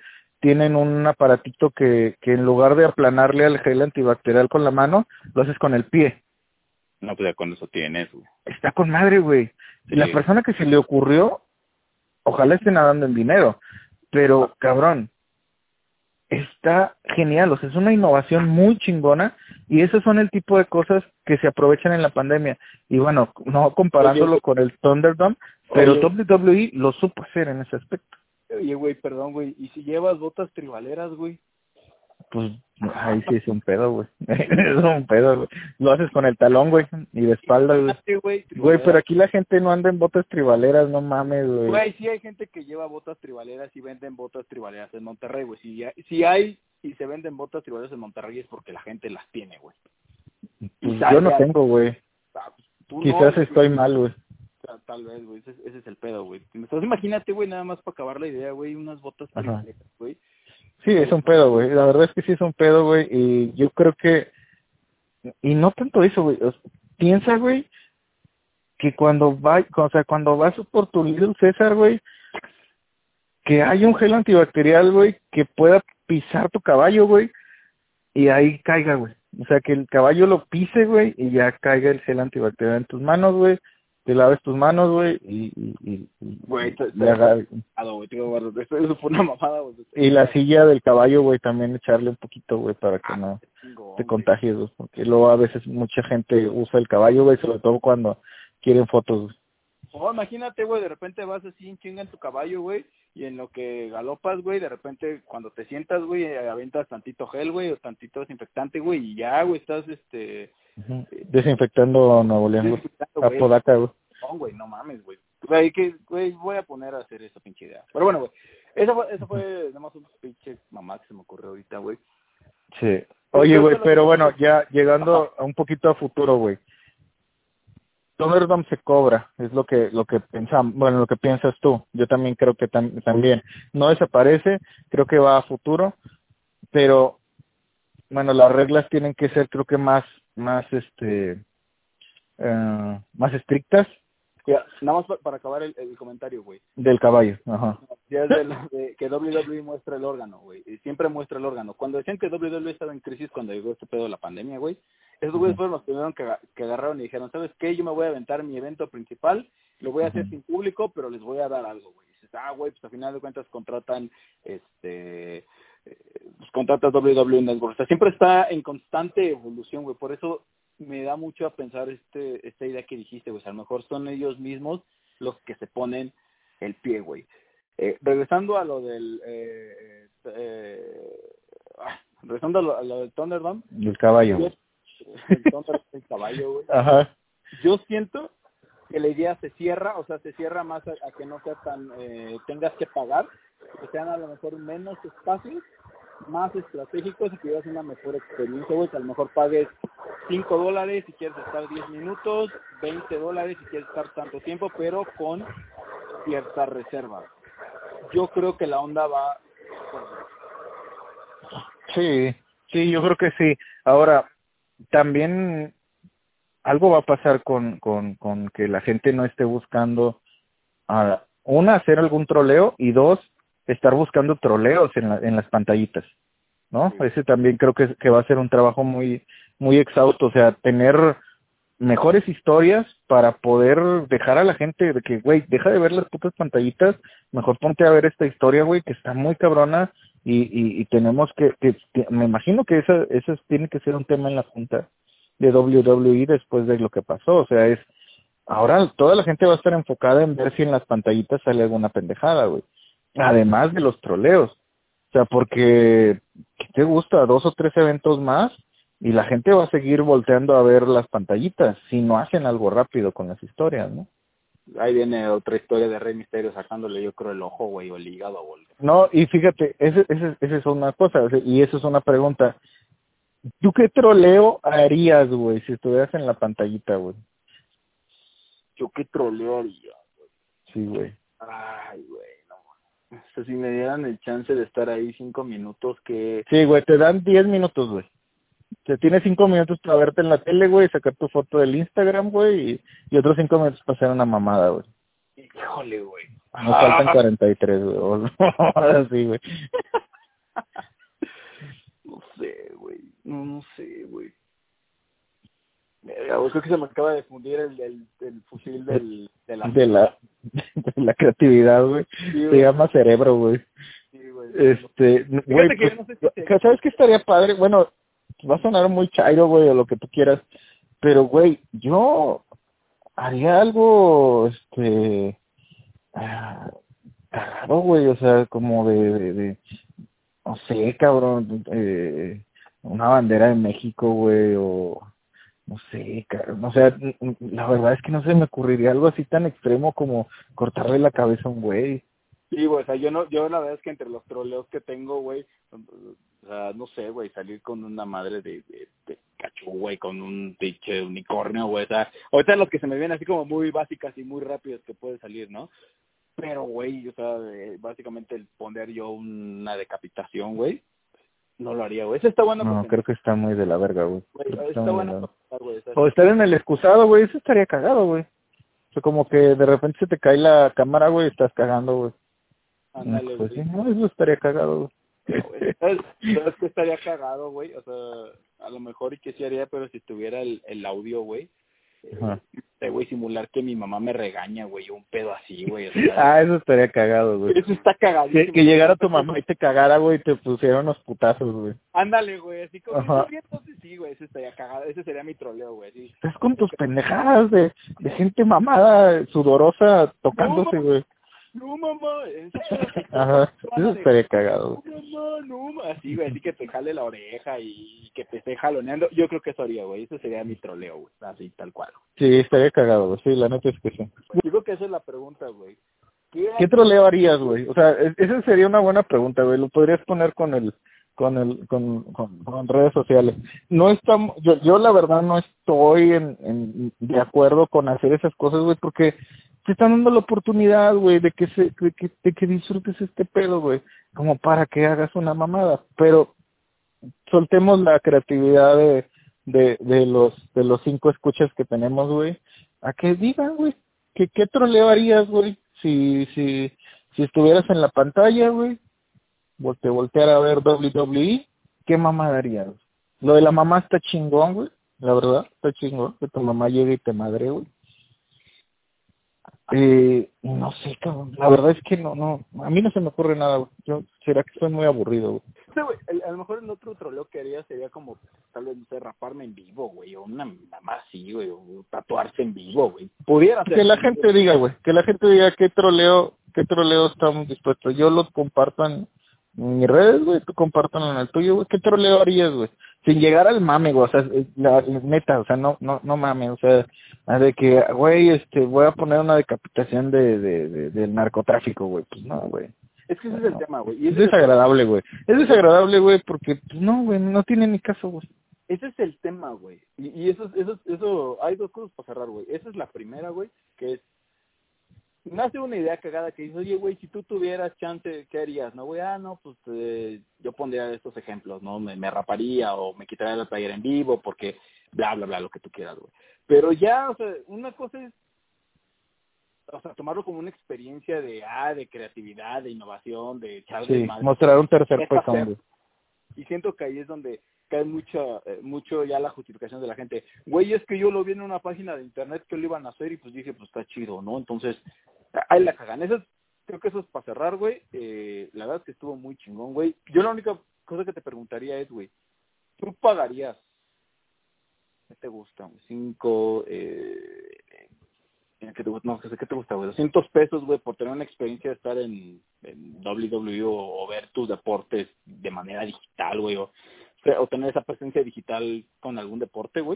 tienen un aparatito que en lugar de aplanarle al gel antibacterial con la mano, lo haces con el pie. No, pues ya con eso tienes, güey. Está con madre, güey. Sí. La persona que se le ocurrió, ojalá esté nadando en dinero, pero cabrón, está genial, o sea, es una innovación muy chingona y esos son el tipo de cosas que se aprovechan en la pandemia. Y bueno, no comparándolo con el Thunderdome, pero WWE lo supo hacer en ese aspecto. Oye, güey, perdón, güey, ¿y si llevas botas tribaleras, güey? Pues ahí sí es un pedo, güey. Es un pedo, güey. Lo haces con el talón, güey, y de espalda, güey. Güey, pero aquí la gente no anda en botas tribaleras, no mames, güey. Güey, sí hay gente que lleva botas tribaleras y venden botas tribaleras en Monterrey, güey. Si hay y se venden botas tribaleras en Monterrey es porque la gente las tiene, güey. Pues yo no tengo, güey. Quizás no, estoy mal, güey. Tal vez, güey. Ese es el pedo, güey. Entonces imagínate, güey, nada más para acabar la idea, güey, unas botas tribaleras, güey. Sí, es un pedo, güey. La verdad es que sí es un pedo, güey. Y yo creo que... Y no tanto eso, güey. O sea, piensa, güey, que cuando vas por tu Little César, güey, que hay un gel antibacterial, güey, que pueda pisar tu caballo, güey, y ahí caiga, güey. O sea, que el caballo lo pise, güey, y ya caiga el gel antibacterial en tus manos, güey. Te laves tus manos, güey, güey, eso fue una mamada, güey. Y la silla del caballo, güey, también echarle un poquito, güey, para que no te contagies, güey. Porque luego a veces mucha gente usa el caballo, güey, sobre todo cuando quieren fotos, güey. Oh, imagínate, güey, de repente vas así en chinga en tu caballo, güey, y en lo que galopas, güey, de repente cuando te sientas, güey, avientas tantito gel, güey, o tantito desinfectante, güey, y ya, güey, estás, desinfectando Nuevo León, güey. Apodaca, güey. No, güey, no mames, güey. Güey, voy a poner a hacer esa pinche idea. Pero bueno, güey, eso fue nada más un pinche mamá que se me ocurrió ahorita, güey. Sí. Oye, güey, pero bueno, ya llegando a un poquito a futuro, güey. Thunderdome se cobra, es lo que pensamos, bueno, lo que piensas tú. Yo también creo que también no desaparece, creo que va a futuro, pero bueno, las reglas tienen que ser, creo que más estrictas. Ya, nada más para acabar el comentario, güey. Del caballo, ajá. Ya es que WWE muestra el órgano, güey. Y siempre muestra el órgano. Cuando decían que WWE estaba en crisis cuando llegó este pedo de la pandemia, güey, esos güeyes fueron los primeros que agarraron y dijeron, ¿sabes qué? Yo me voy a aventar mi evento principal, lo voy a hacer sin público, pero les voy a dar algo, güey. Y dices, güey, pues al final de cuentas contratas WWE Network. O sea, siempre está en constante evolución, güey. Por eso me da mucho a pensar esta idea que dijiste, güey. A lo mejor son ellos mismos los que se ponen el pie, güey. Regresando a lo del regresando a lo del Thunderdome. El caballo. El caballo, güey. Ajá. Yo siento que la idea se cierra más a que no sea tan tengas que pagar, que sean a lo mejor menos espacios, más estratégicos y que lleves una mejor experiencia, güey, que a lo mejor pagues $5 si quieres estar 10 minutos, $20 si quieres estar tanto tiempo, pero con ciertas reservas. Yo creo que la onda va... Sí, yo creo que sí. Ahora, también algo va a pasar con que la gente no esté buscando, una, hacer algún troleo, y dos, estar buscando troleos en las pantallitas, ¿no? Sí. Ese también creo que va a ser un trabajo muy muy exhausto, o sea, tener mejores historias para poder dejar a la gente de que, güey, deja de ver las putas pantallitas, mejor ponte a ver esta historia, güey, que está muy cabrona, y tenemos que me imagino que eso tiene que ser un tema en la junta de WWE después de lo que pasó, o sea, ahora toda la gente va a estar enfocada en ver si en las pantallitas sale alguna pendejada, güey, además de los troleos, o sea, porque, ¿qué te gusta? 2 o 3 eventos más, y la gente va a seguir volteando a ver las pantallitas si no hacen algo rápido con las historias, ¿no? Ahí viene otra historia de Rey Mysterio sacándole, yo creo, el ojo, güey, o el hígado, güey. No, y fíjate, esa es una cosa, y eso es una pregunta. ¿Tú qué troleo harías, güey, si estuvieras en la pantallita, güey? ¿Yo qué troleo haría, güey? Sí, güey. Ay, güey, no. O sea, si me dieran el chance de estar ahí 5 minutos, que... Sí, güey, te dan 10 minutos, güey. Te tienes 5 minutos para verte en la tele, güey, sacar tu foto del Instagram, güey, y otros 5 minutos para hacer una mamada, güey. Híjole, güey. Nos faltan 43, güey. Sí, güey. No sé, güey. Creo que se me acaba de fundir el fusil de la creatividad, güey. Sí, Se llama cerebro, güey. Sí, güey. Güey, Fíjate que yo no sé si ¿sabes qué estaría padre? Bueno, va a sonar muy chairo, güey, o lo que tú quieras, pero, güey, yo haría algo, cagado, güey, o sea, como de no sé, cabrón, una bandera de México, güey, o no sé, cabrón, o sea, la verdad es que no se me ocurriría algo así tan extremo como cortarle la cabeza a un güey. Sí, güey, o sea, yo la verdad es que entre los troleos que tengo, güey, o sea, no sé, güey, salir con una madre de cachú, güey, con un pinche unicornio, güey, o sea, ahorita los que se me vienen así como muy básicas y muy rápidas que puede salir, ¿no? Pero, güey, o sea, básicamente el poner yo una decapitación, güey, no lo haría, güey. Eso está bueno. No, creo que está muy de la verga, güey. Está bueno para güey. O estar en el excusado, güey, eso estaría cagado, güey. O sea, como que de repente se te cae la cámara, güey, y estás cagando, güey. Ándale, pues güey. sí, no, eso estaría cagado, güey. ¿Sabes qué estaría cagado, güey? O sea, a lo mejor y que sí haría, pero si tuviera el audio, güey. Güey, simular que mi mamá me regaña, güey, un pedo así, güey. O sea, eso estaría cagado, güey. Eso está cagadísimo. Que llegara tu mamá y te cagara, güey, y te pusiera unos putazos, güey. Ándale, güey, así como entonces sí, güey, eso estaría cagado. Ese sería mi troleo, güey. Sí. Estás con tus pendejadas de gente mamada, sudorosa, tocándose, güey. No, mamá. Eso estaría cagado, güey. No, mamá. Así, güey, así que te jale la oreja y que te esté jaloneando. Yo creo que eso haría, güey. Eso sería mi troleo, güey. Así, tal cual. Sí, estaría cagado, güey. Sí, la neta es que sí. Digo que esa es la pregunta, güey. ¿Qué troleo harías, güey? O sea, esa sería una buena pregunta, güey. Lo podrías poner con redes sociales. No estamos, yo la verdad no estoy de acuerdo con hacer esas cosas, güey, porque te están dando la oportunidad, güey, de que disfrutes este pedo, güey, como para que hagas una mamada. Pero soltemos la creatividad de los 5 escuchas que tenemos, güey, a que digan, güey, ¿qué troleo harías, güey? Si estuvieras en la pantalla, güey, voltear a ver WWE, ¿qué mamá darías? Lo de la mamá está chingón, güey, la verdad, está chingón, que tu mamá llegue y te madre, güey. No sé, cabrón, la verdad es que no, a mí no se me ocurre nada, güey. Será que soy muy aburrido, güey. Sí, güey, a lo mejor el otro troleo que haría sería como, tal vez, no sé, raparme en vivo, güey, o una mamá así, güey, o tatuarse en vivo, güey. Pudiera ser. Que la gente diga, güey, que la gente diga qué troleo estamos dispuestos. Yo los comparto en mis redes, güey, tú compártanlo en el tuyo, güey. ¿Qué troleo harías, güey? Sin llegar al mame, güey, o sea, la neta, o sea, no mames, o sea, de que, güey, voy a poner una decapitación del narcotráfico, güey, pues no, güey. Es que ese es el tema, güey. Es desagradable, güey. Es desagradable, güey, porque, pues no, güey, no tiene ni caso, güey. Ese es el tema, güey. Y eso, hay dos cosas para cerrar, güey. Esa es la primera, güey, que es, nace una idea cagada que dice, oye, güey, si tú tuvieras chance, ¿qué harías? No, güey, no, pues yo pondría estos ejemplos, ¿no? Me raparía o me quitaría la playera en vivo porque bla, bla, bla, lo que tú quieras, güey. Pero ya, o sea, una cosa es, o sea, tomarlo como una experiencia de creatividad, de innovación, de echar sí, madre, mostrar un tercer pezón, güey. Y siento que ahí es donde cae mucho ya la justificación de la gente. Güey, es que yo lo vi en una página de internet que lo iban a hacer y pues dije, pues está chido, ¿no? Entonces, ahí la cagan. Creo que eso es para cerrar, güey. La verdad es que estuvo muy chingón, güey. Yo la única cosa que te preguntaría es, güey, ¿tú pagarías? ¿Qué te gusta? 5, ¿qué te gusta, güey? 200 pesos, güey, por tener una experiencia de estar en WWE o ver tus deportes de manera digital, güey, o tener esa presencia digital con algún deporte, güey.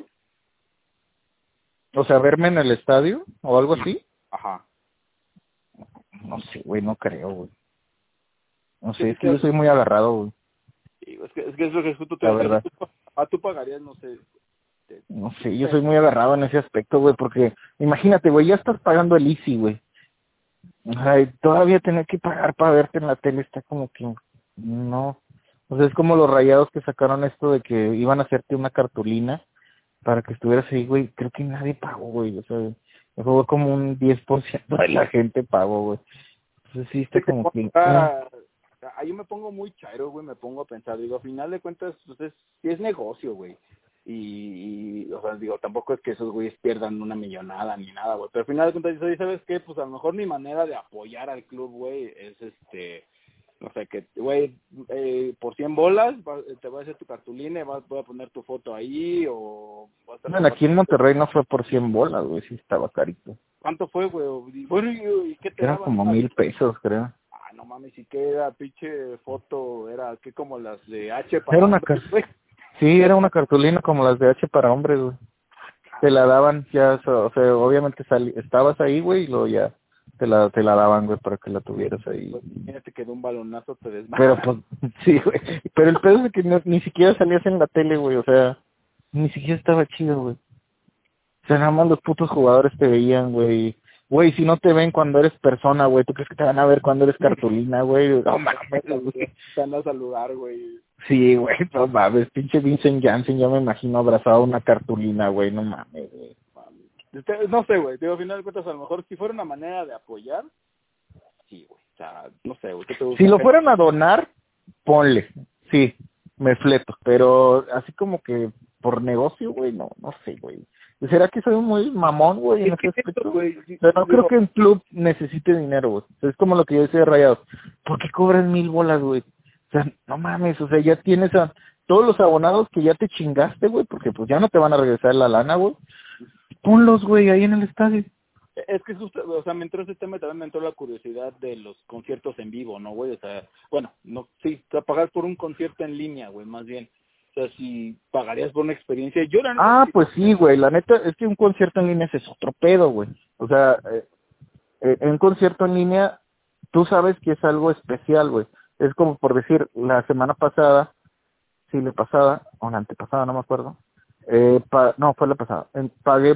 O sea, verme en el estadio o algo así. Ajá. No sé, güey, no creo, güey. No sé, es que yo soy muy agarrado, güey. Sí, es que es lo que tú te la verdad. Tú pagarías, no sé. No sé, yo soy muy agarrado en ese aspecto, güey, porque imagínate, güey, ya estás pagando el Easy, güey. O sea, y todavía tener que pagar para verte en la tele está como que no. O sea, es como los Rayados que sacaron esto de que iban a hacerte una cartulina para que estuvieras ahí, güey. Creo que nadie pagó, güey. O sea, fue como un 10% de la gente pagó, güey. Entonces sí está como que... ahí me pongo muy chairo, güey, me pongo a pensar, digo, a final de cuentas, pues sí es negocio, güey. O sea, digo, tampoco es que esos güeyes pierdan una millonada ni nada, güey. Pero al final de cuentas, oye, ¿sabes qué? Pues a lo mejor mi manera de apoyar al club, güey, es no sé, que, güey, por 100 bolas te voy a hacer tu cartulina y voy a poner tu foto ahí o... Bueno, aquí en Monterrey no fue por 100 bolas, güey, sí estaba carito. ¿Cuánto fue, güey? Bueno, ¿y qué te Era daban? como 1,000 pesos, creo. Ah, no mames, ¿y qué era? Pinche foto, era que como las de H Era para una hombres, güey. Sí, era una cartulina como las de H para hombres, güey. Te la daban ya, o sea, obviamente estabas ahí, güey, y luego ya te la daban, güey, para que la tuvieras ahí. Pues, imagínate que de un balonazo te Pero desmayas. pues, sí, güey. Pero el pedo es que ni siquiera salías en la tele, güey, o sea, ni siquiera estaba chido, güey. O sea, nada más los putos jugadores te veían, güey. Güey, si no te ven cuando eres persona, güey, ¿tú crees que te van a ver cuando eres cartulina, güey? No mames, güey. Te van a saludar, güey. Sí, güey, no mames, pinche Vincent Janssen, yo me imagino abrazado a una cartulina, güey, no mames, güey. No sé, güey, digo, al final de cuentas, a lo mejor si fuera una manera de apoyar, sí, güey. O sea, no sé, güey, ¿qué te gusta? Si lo fueran a donar, ponle, sí, me fleto, pero así como que por negocio, güey, no sé, güey. ¿Será que soy muy mamón, güey, en ese aspecto? Güey, Pero no creo que un club necesite dinero, güey. Es como lo que yo decía de Rayados. ¿Por qué cobran 1,000 bolas, güey? O sea, no mames, o sea, ya tienes a todos los abonados que ya te chingaste, güey, porque pues ya no te van a regresar la lana, güey. Ponlos, güey, ahí en el estadio. Es que justo, o sea, me entró ese tema y también me entró la curiosidad de los conciertos en vivo, ¿no, güey? O sea, bueno, no, sí, o sea, pagar por un concierto en línea, güey, más bien. O sea, si pagarías por una experiencia, yo la neta, Pues sí, güey, la neta es que un concierto en línea es otro pedo, güey. O sea, en un concierto en línea, tú sabes que es algo especial, güey. Es como por decir, la semana pasada, sí, la pasada, o la antepasada, no me acuerdo. No, fue la pasada. Pagué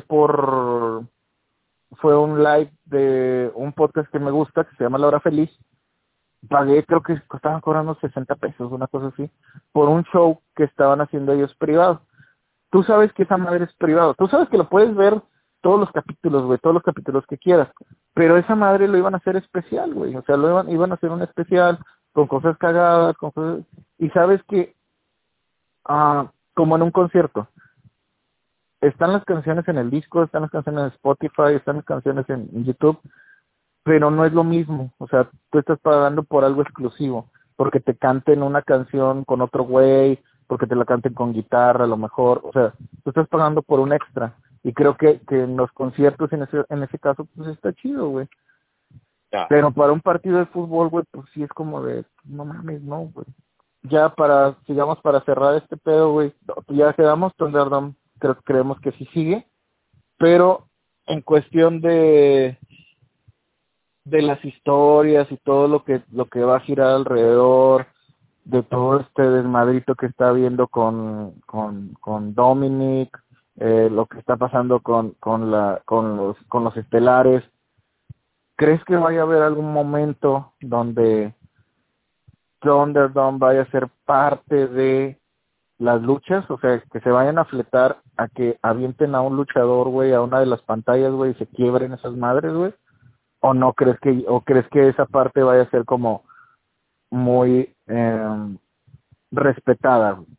fue un live de un podcast que me gusta, que se llama La Hora Feliz. Pagué, creo que estaban cobrando 60 pesos, una cosa así, por un show que estaban haciendo ellos privado. Tú sabes que esa madre es privado. Tú sabes que lo puedes ver todos los capítulos, güey, todos los capítulos que quieras. Pero esa madre lo iban a hacer especial, güey. O sea, iban a hacer un especial con cosas cagadas, con cosas... Y sabes que, como en un concierto, están las canciones en el disco, están las canciones en Spotify, están las canciones en YouTube, pero no es lo mismo. O sea, tú estás pagando por algo exclusivo, porque te canten una canción con otro güey, porque te la canten con guitarra a lo mejor. O sea, tú estás pagando por un extra. Y creo que en los conciertos, en ese caso, pues está chido, güey. ya. Pero para un partido de fútbol, güey, pues sí es como de, no mames, no, güey. Ya sigamos para cerrar este pedo, güey. Ya quedamos, Thunderdome, creemos que sí sigue. Pero en cuestión de las historias y todo lo que va a girar alrededor de todo este desmadrito que está habiendo con Dominic, lo que está pasando con los estelares. ¿Crees que vaya a haber algún momento donde Thunderdome vaya a ser parte de las luchas? O sea, que se vayan a fletar a que avienten a un luchador, güey, a una de las pantallas, güey, y se quiebren esas madres, güey. ¿O no crees que esa parte vaya a ser como muy respetada, güey?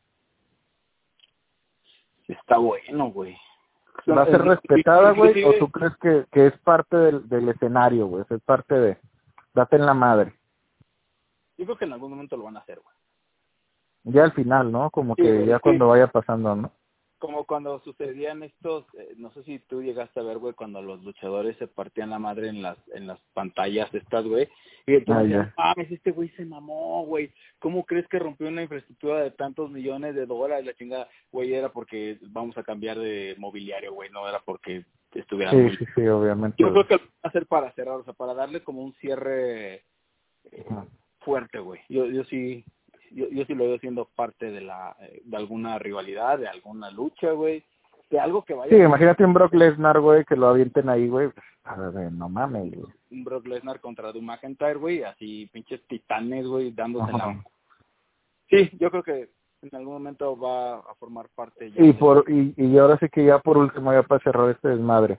Está bueno, güey. ¿Va a ser respetada, güey? ¿O tú crees que es parte del escenario, güey? Es parte de date en la madre? Yo creo que en algún momento lo van a hacer, güey. Ya al final, ¿no? Como Sí, que güey, ya sí. cuando vaya pasando, ¿no? Como cuando sucedían estos, no sé si tú llegaste a ver, güey, cuando los luchadores se partían la madre en las pantallas estas, güey, y entonces decían, este güey se mamó, güey, ¿cómo crees que rompió una infraestructura de tantos millones de dólares? La chingada, güey, era porque vamos a cambiar de mobiliario, güey, no era porque estuviera muy... Sí, obviamente. Yo creo que lo van a hacer para cerrar, o sea, para darle como un cierre fuerte, güey. Yo sí lo veo siendo parte de alguna rivalidad, de alguna lucha, güey, de algo que vaya... Sí, imagínate un Brock Lesnar, güey, que lo avienten ahí, güey, no mames, güey. Un Brock Lesnar contra Drew McIntyre, güey, así pinches titanes, güey, dándose la... Sí, yo creo que en algún momento va a formar parte ya. Y ahora sí que ya por último, ya para cerrar este desmadre.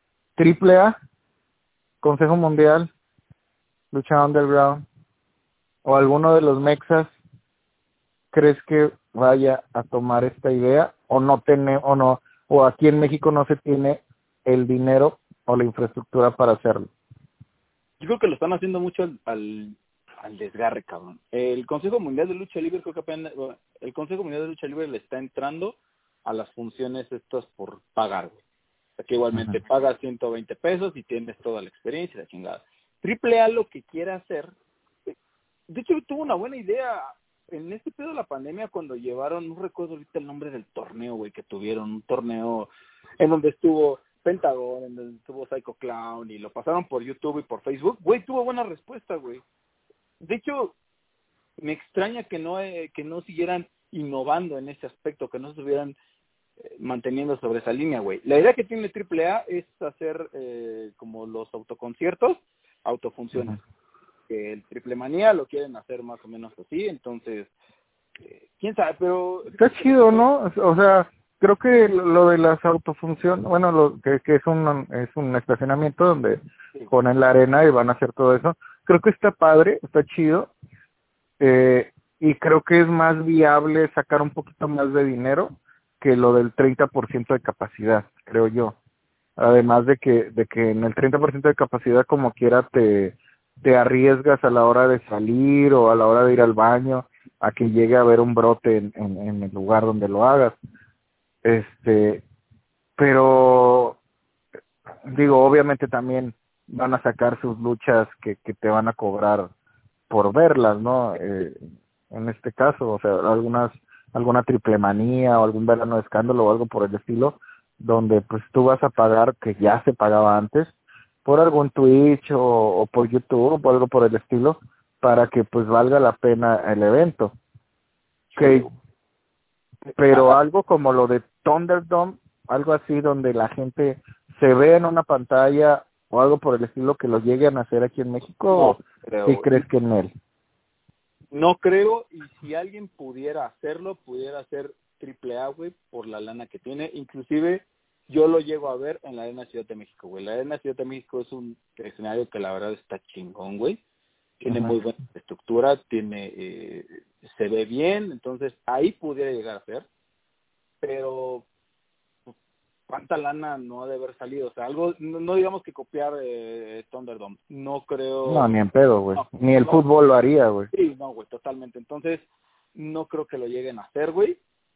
AAA, Consejo Mundial, Lucha Underground, o alguno de los mexas crees que vaya a tomar esta idea o aquí en México no se tiene el dinero o la infraestructura para hacerlo? Yo creo que lo están haciendo mucho al desgarre, cabrón. El Consejo Mundial de Lucha Libre, creo que apenas, el Consejo Mundial de Lucha Libre le está entrando a las funciones estas por pagar, güey. O sea, que igualmente pagas 120 pesos y tienes toda la experiencia, la chingada. Triple A lo que quiere hacer, de hecho tuvo una buena idea en este pedo de la pandemia cuando llevaron, no recuerdo ahorita el nombre del torneo, güey, que tuvieron, un torneo en donde estuvo Pentagón, en donde estuvo Psycho Clown, y lo pasaron por YouTube y por Facebook, güey, tuvo buena respuesta, güey. De hecho, me extraña que no siguieran innovando en ese aspecto, que no se estuvieran manteniendo sobre esa línea, güey. La idea que tiene AAA es hacer como los autoconciertos, autofunciones. El Triple Manía lo quieren hacer más o menos así, entonces, quién sabe, pero... Está chido, ¿no? O sea, creo que lo de las autofunciones, bueno, lo que es un estacionamiento donde ponen la arena y van a hacer todo eso, creo que está padre, está chido, y creo que es más viable sacar un poquito más de dinero que lo del 30% de capacidad, creo yo. Además de que en el 30% de capacidad como quiera te arriesgas a la hora de salir o a la hora de ir al baño a que llegue a haber un brote en el lugar donde lo hagas. Pero digo, obviamente también van a sacar sus luchas que te van a cobrar por verlas, ¿no? En este caso, o sea, alguna triple manía o algún verano de escándalo o algo por el estilo, donde pues tú vas a pagar, que ya se pagaba antes, por algún Twitch o por YouTube o algo por el estilo, para que pues valga la pena el evento. Okay. Pero algo como lo de Thunderdome, algo así donde la gente se ve en una pantalla o algo por el estilo que lo lleguen a hacer aquí en México, no creo, ¿sí crees que en él? No creo, y si alguien pudiera hacerlo, pudiera hacer AAA, güey, por la lana que tiene. Inclusive yo lo llego a ver en la Arena Ciudad de México, güey. La Arena Ciudad de México es un escenario que la verdad está chingón, güey. Tiene muy buena estructura, se ve bien, entonces ahí pudiera llegar a ser, pero pues, ¿cuánta lana no ha de haber salido? O sea, algo, no digamos que copiar Thunderdome, no creo. No, ni en pedo, güey. No, Ni el fútbol lo haría, güey. Sí, no, güey, totalmente. Entonces, no creo que lo lleguen a hacer, güey.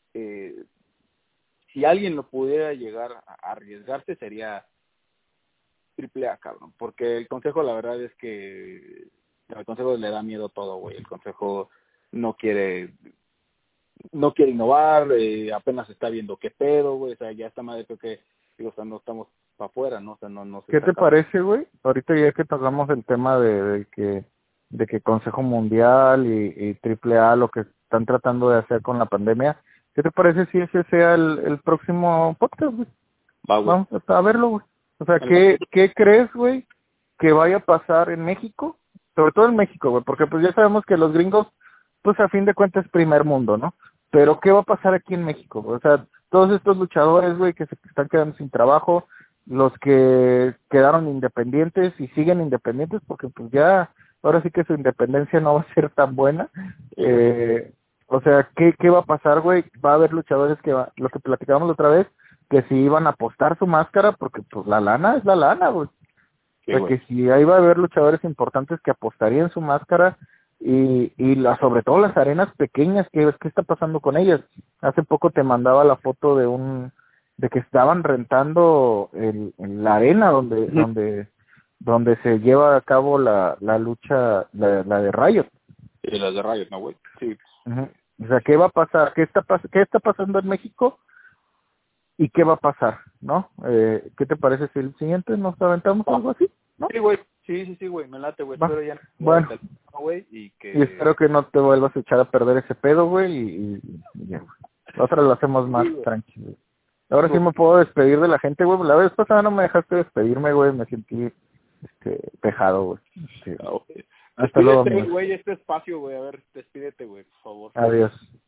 Si alguien lo pudiera llegar a arriesgarse, sería AAA, cabrón. Porque el Consejo, la verdad es que al Consejo le da miedo todo, güey. El Consejo no quiere innovar, apenas está viendo qué pedo, güey. O sea, ya está madre, creo que, digo, o sea, no estamos para afuera, ¿no? O sea, no se ¿Qué te saca. parece, güey? Ahorita ya que tocamos el tema de que Consejo Mundial y AAA lo que están tratando de hacer con la pandemia, ¿qué te parece si ese sea el próximo podcast, güey? Vamos a verlo, güey. O sea, ¿qué crees, güey, que vaya a pasar en México? Sobre todo en México, güey, porque pues ya sabemos que los gringos, pues a fin de cuentas es primer mundo, ¿no? Pero ¿qué va a pasar aquí en México, güey? O sea, todos estos luchadores, güey, que se están quedando sin trabajo, los que quedaron independientes y siguen independientes porque pues ya, ahora sí que su independencia no va a ser tan buena. O sea, ¿qué va a pasar, güey? Va a haber luchadores lo que platicábamos la otra vez, que si iban a apostar su máscara, porque pues la lana es la lana, güey. Sí, o sea, que si ahí va a haber luchadores importantes que apostarían su máscara y sobre todo las arenas pequeñas, ¿qué está pasando con ellas? Hace poco te mandaba la foto de que estaban rentando la arena donde se lleva a cabo la lucha, la de Riot. Sí, las de Riot, ¿no, güey? Sí. O sea, ¿qué va a pasar? ¿Qué está pasando en México? ¿Y qué va a pasar? ¿No? ¿Qué te parece si el siguiente nos aventamos algo así? ¿No? Sí, güey. Sí, güey. Me late, güey. Espero ya bueno, güey, y espero que no te vuelvas a echar a perder ese pedo, güey, y ya, güey. La otra lo hacemos más tranquilo. Ahora sí me puedo despedir de la gente, güey. La vez pasada no me dejaste despedirme, güey. Me sentí pejado, güey. Hasta luego, güey, este espacio, güey. A ver, despídete, güey, por favor. Adiós.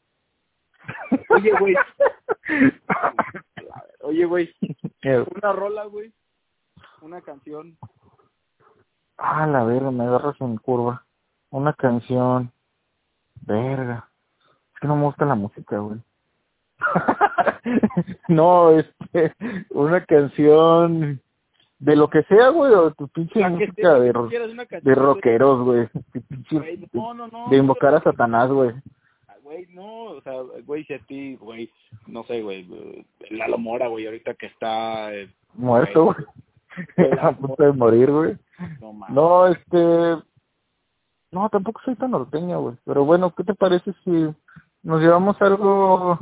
Oye, güey. Una rola, güey. Una canción. La verga, me agarras en curva. Una canción. Verga. Es que no me gusta la música, güey. No, una canción de lo que sea, güey, o tu pinche música de rockeros, güey. De invocar a Satanás, güey. Güey, no, o sea, güey, si a ti, güey, no sé, güey, Lalo Mora, güey, ahorita que está... muerto, güey. A punto de morir, güey. No, no, tampoco soy tan norteño, güey. Pero bueno, ¿qué te parece si nos llevamos algo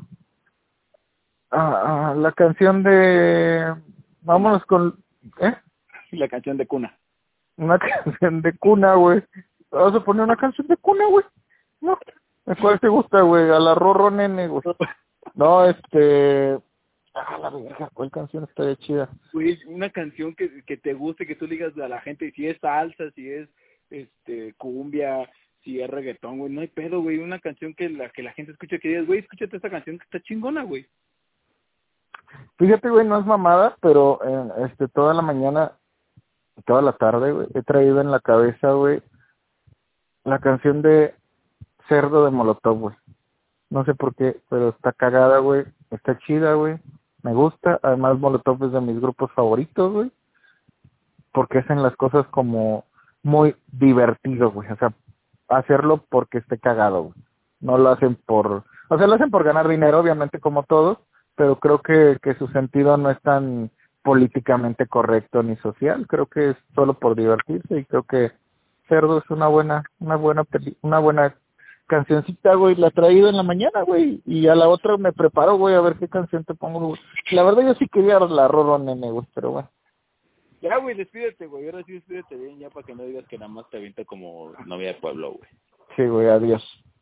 a la canción de... Vámonos con... La canción de cuna. Una canción de cuna, güey. Vamos a poner una canción de cuna, güey. No, ¿cuál te gusta, güey? A la Rorro Nene, güey. No, la verga, ¿cuál canción estaría chida? Güey, una canción que te guste, que tú le digas a la gente, si es salsa, si es cumbia, si es reggaetón, güey, no hay pedo, güey, una canción que la gente escuche, que digas, güey, escúchate esta canción que está chingona, güey. Fíjate, güey, no es mamada, pero toda la mañana, toda la tarde, güey, he traído en la cabeza, güey, la canción de Cerdo de Molotov, güey. No sé por qué, pero está cagada, güey, está chida, güey, me gusta. Además, Molotov es de mis grupos favoritos, güey, porque hacen las cosas como muy divertido, güey, o sea, hacerlo porque esté cagado, güey. No lo hacen o sea, lo hacen por ganar dinero, obviamente, como todos, pero creo que su sentido no es tan políticamente correcto ni social. Creo que es solo por divertirse, y creo que Cerdo es una buena cancioncita, güey. La he traído en la mañana, güey, y a la otra me preparo, güey, a ver qué canción te pongo, güey. La verdad yo sí quería la Rorro Nene, güey, pero bueno. Ya, güey, despídete, güey, ahora sí despídete bien, ya para que no digas que nada más te avienta como novia de pueblo, güey. Sí, güey, adiós.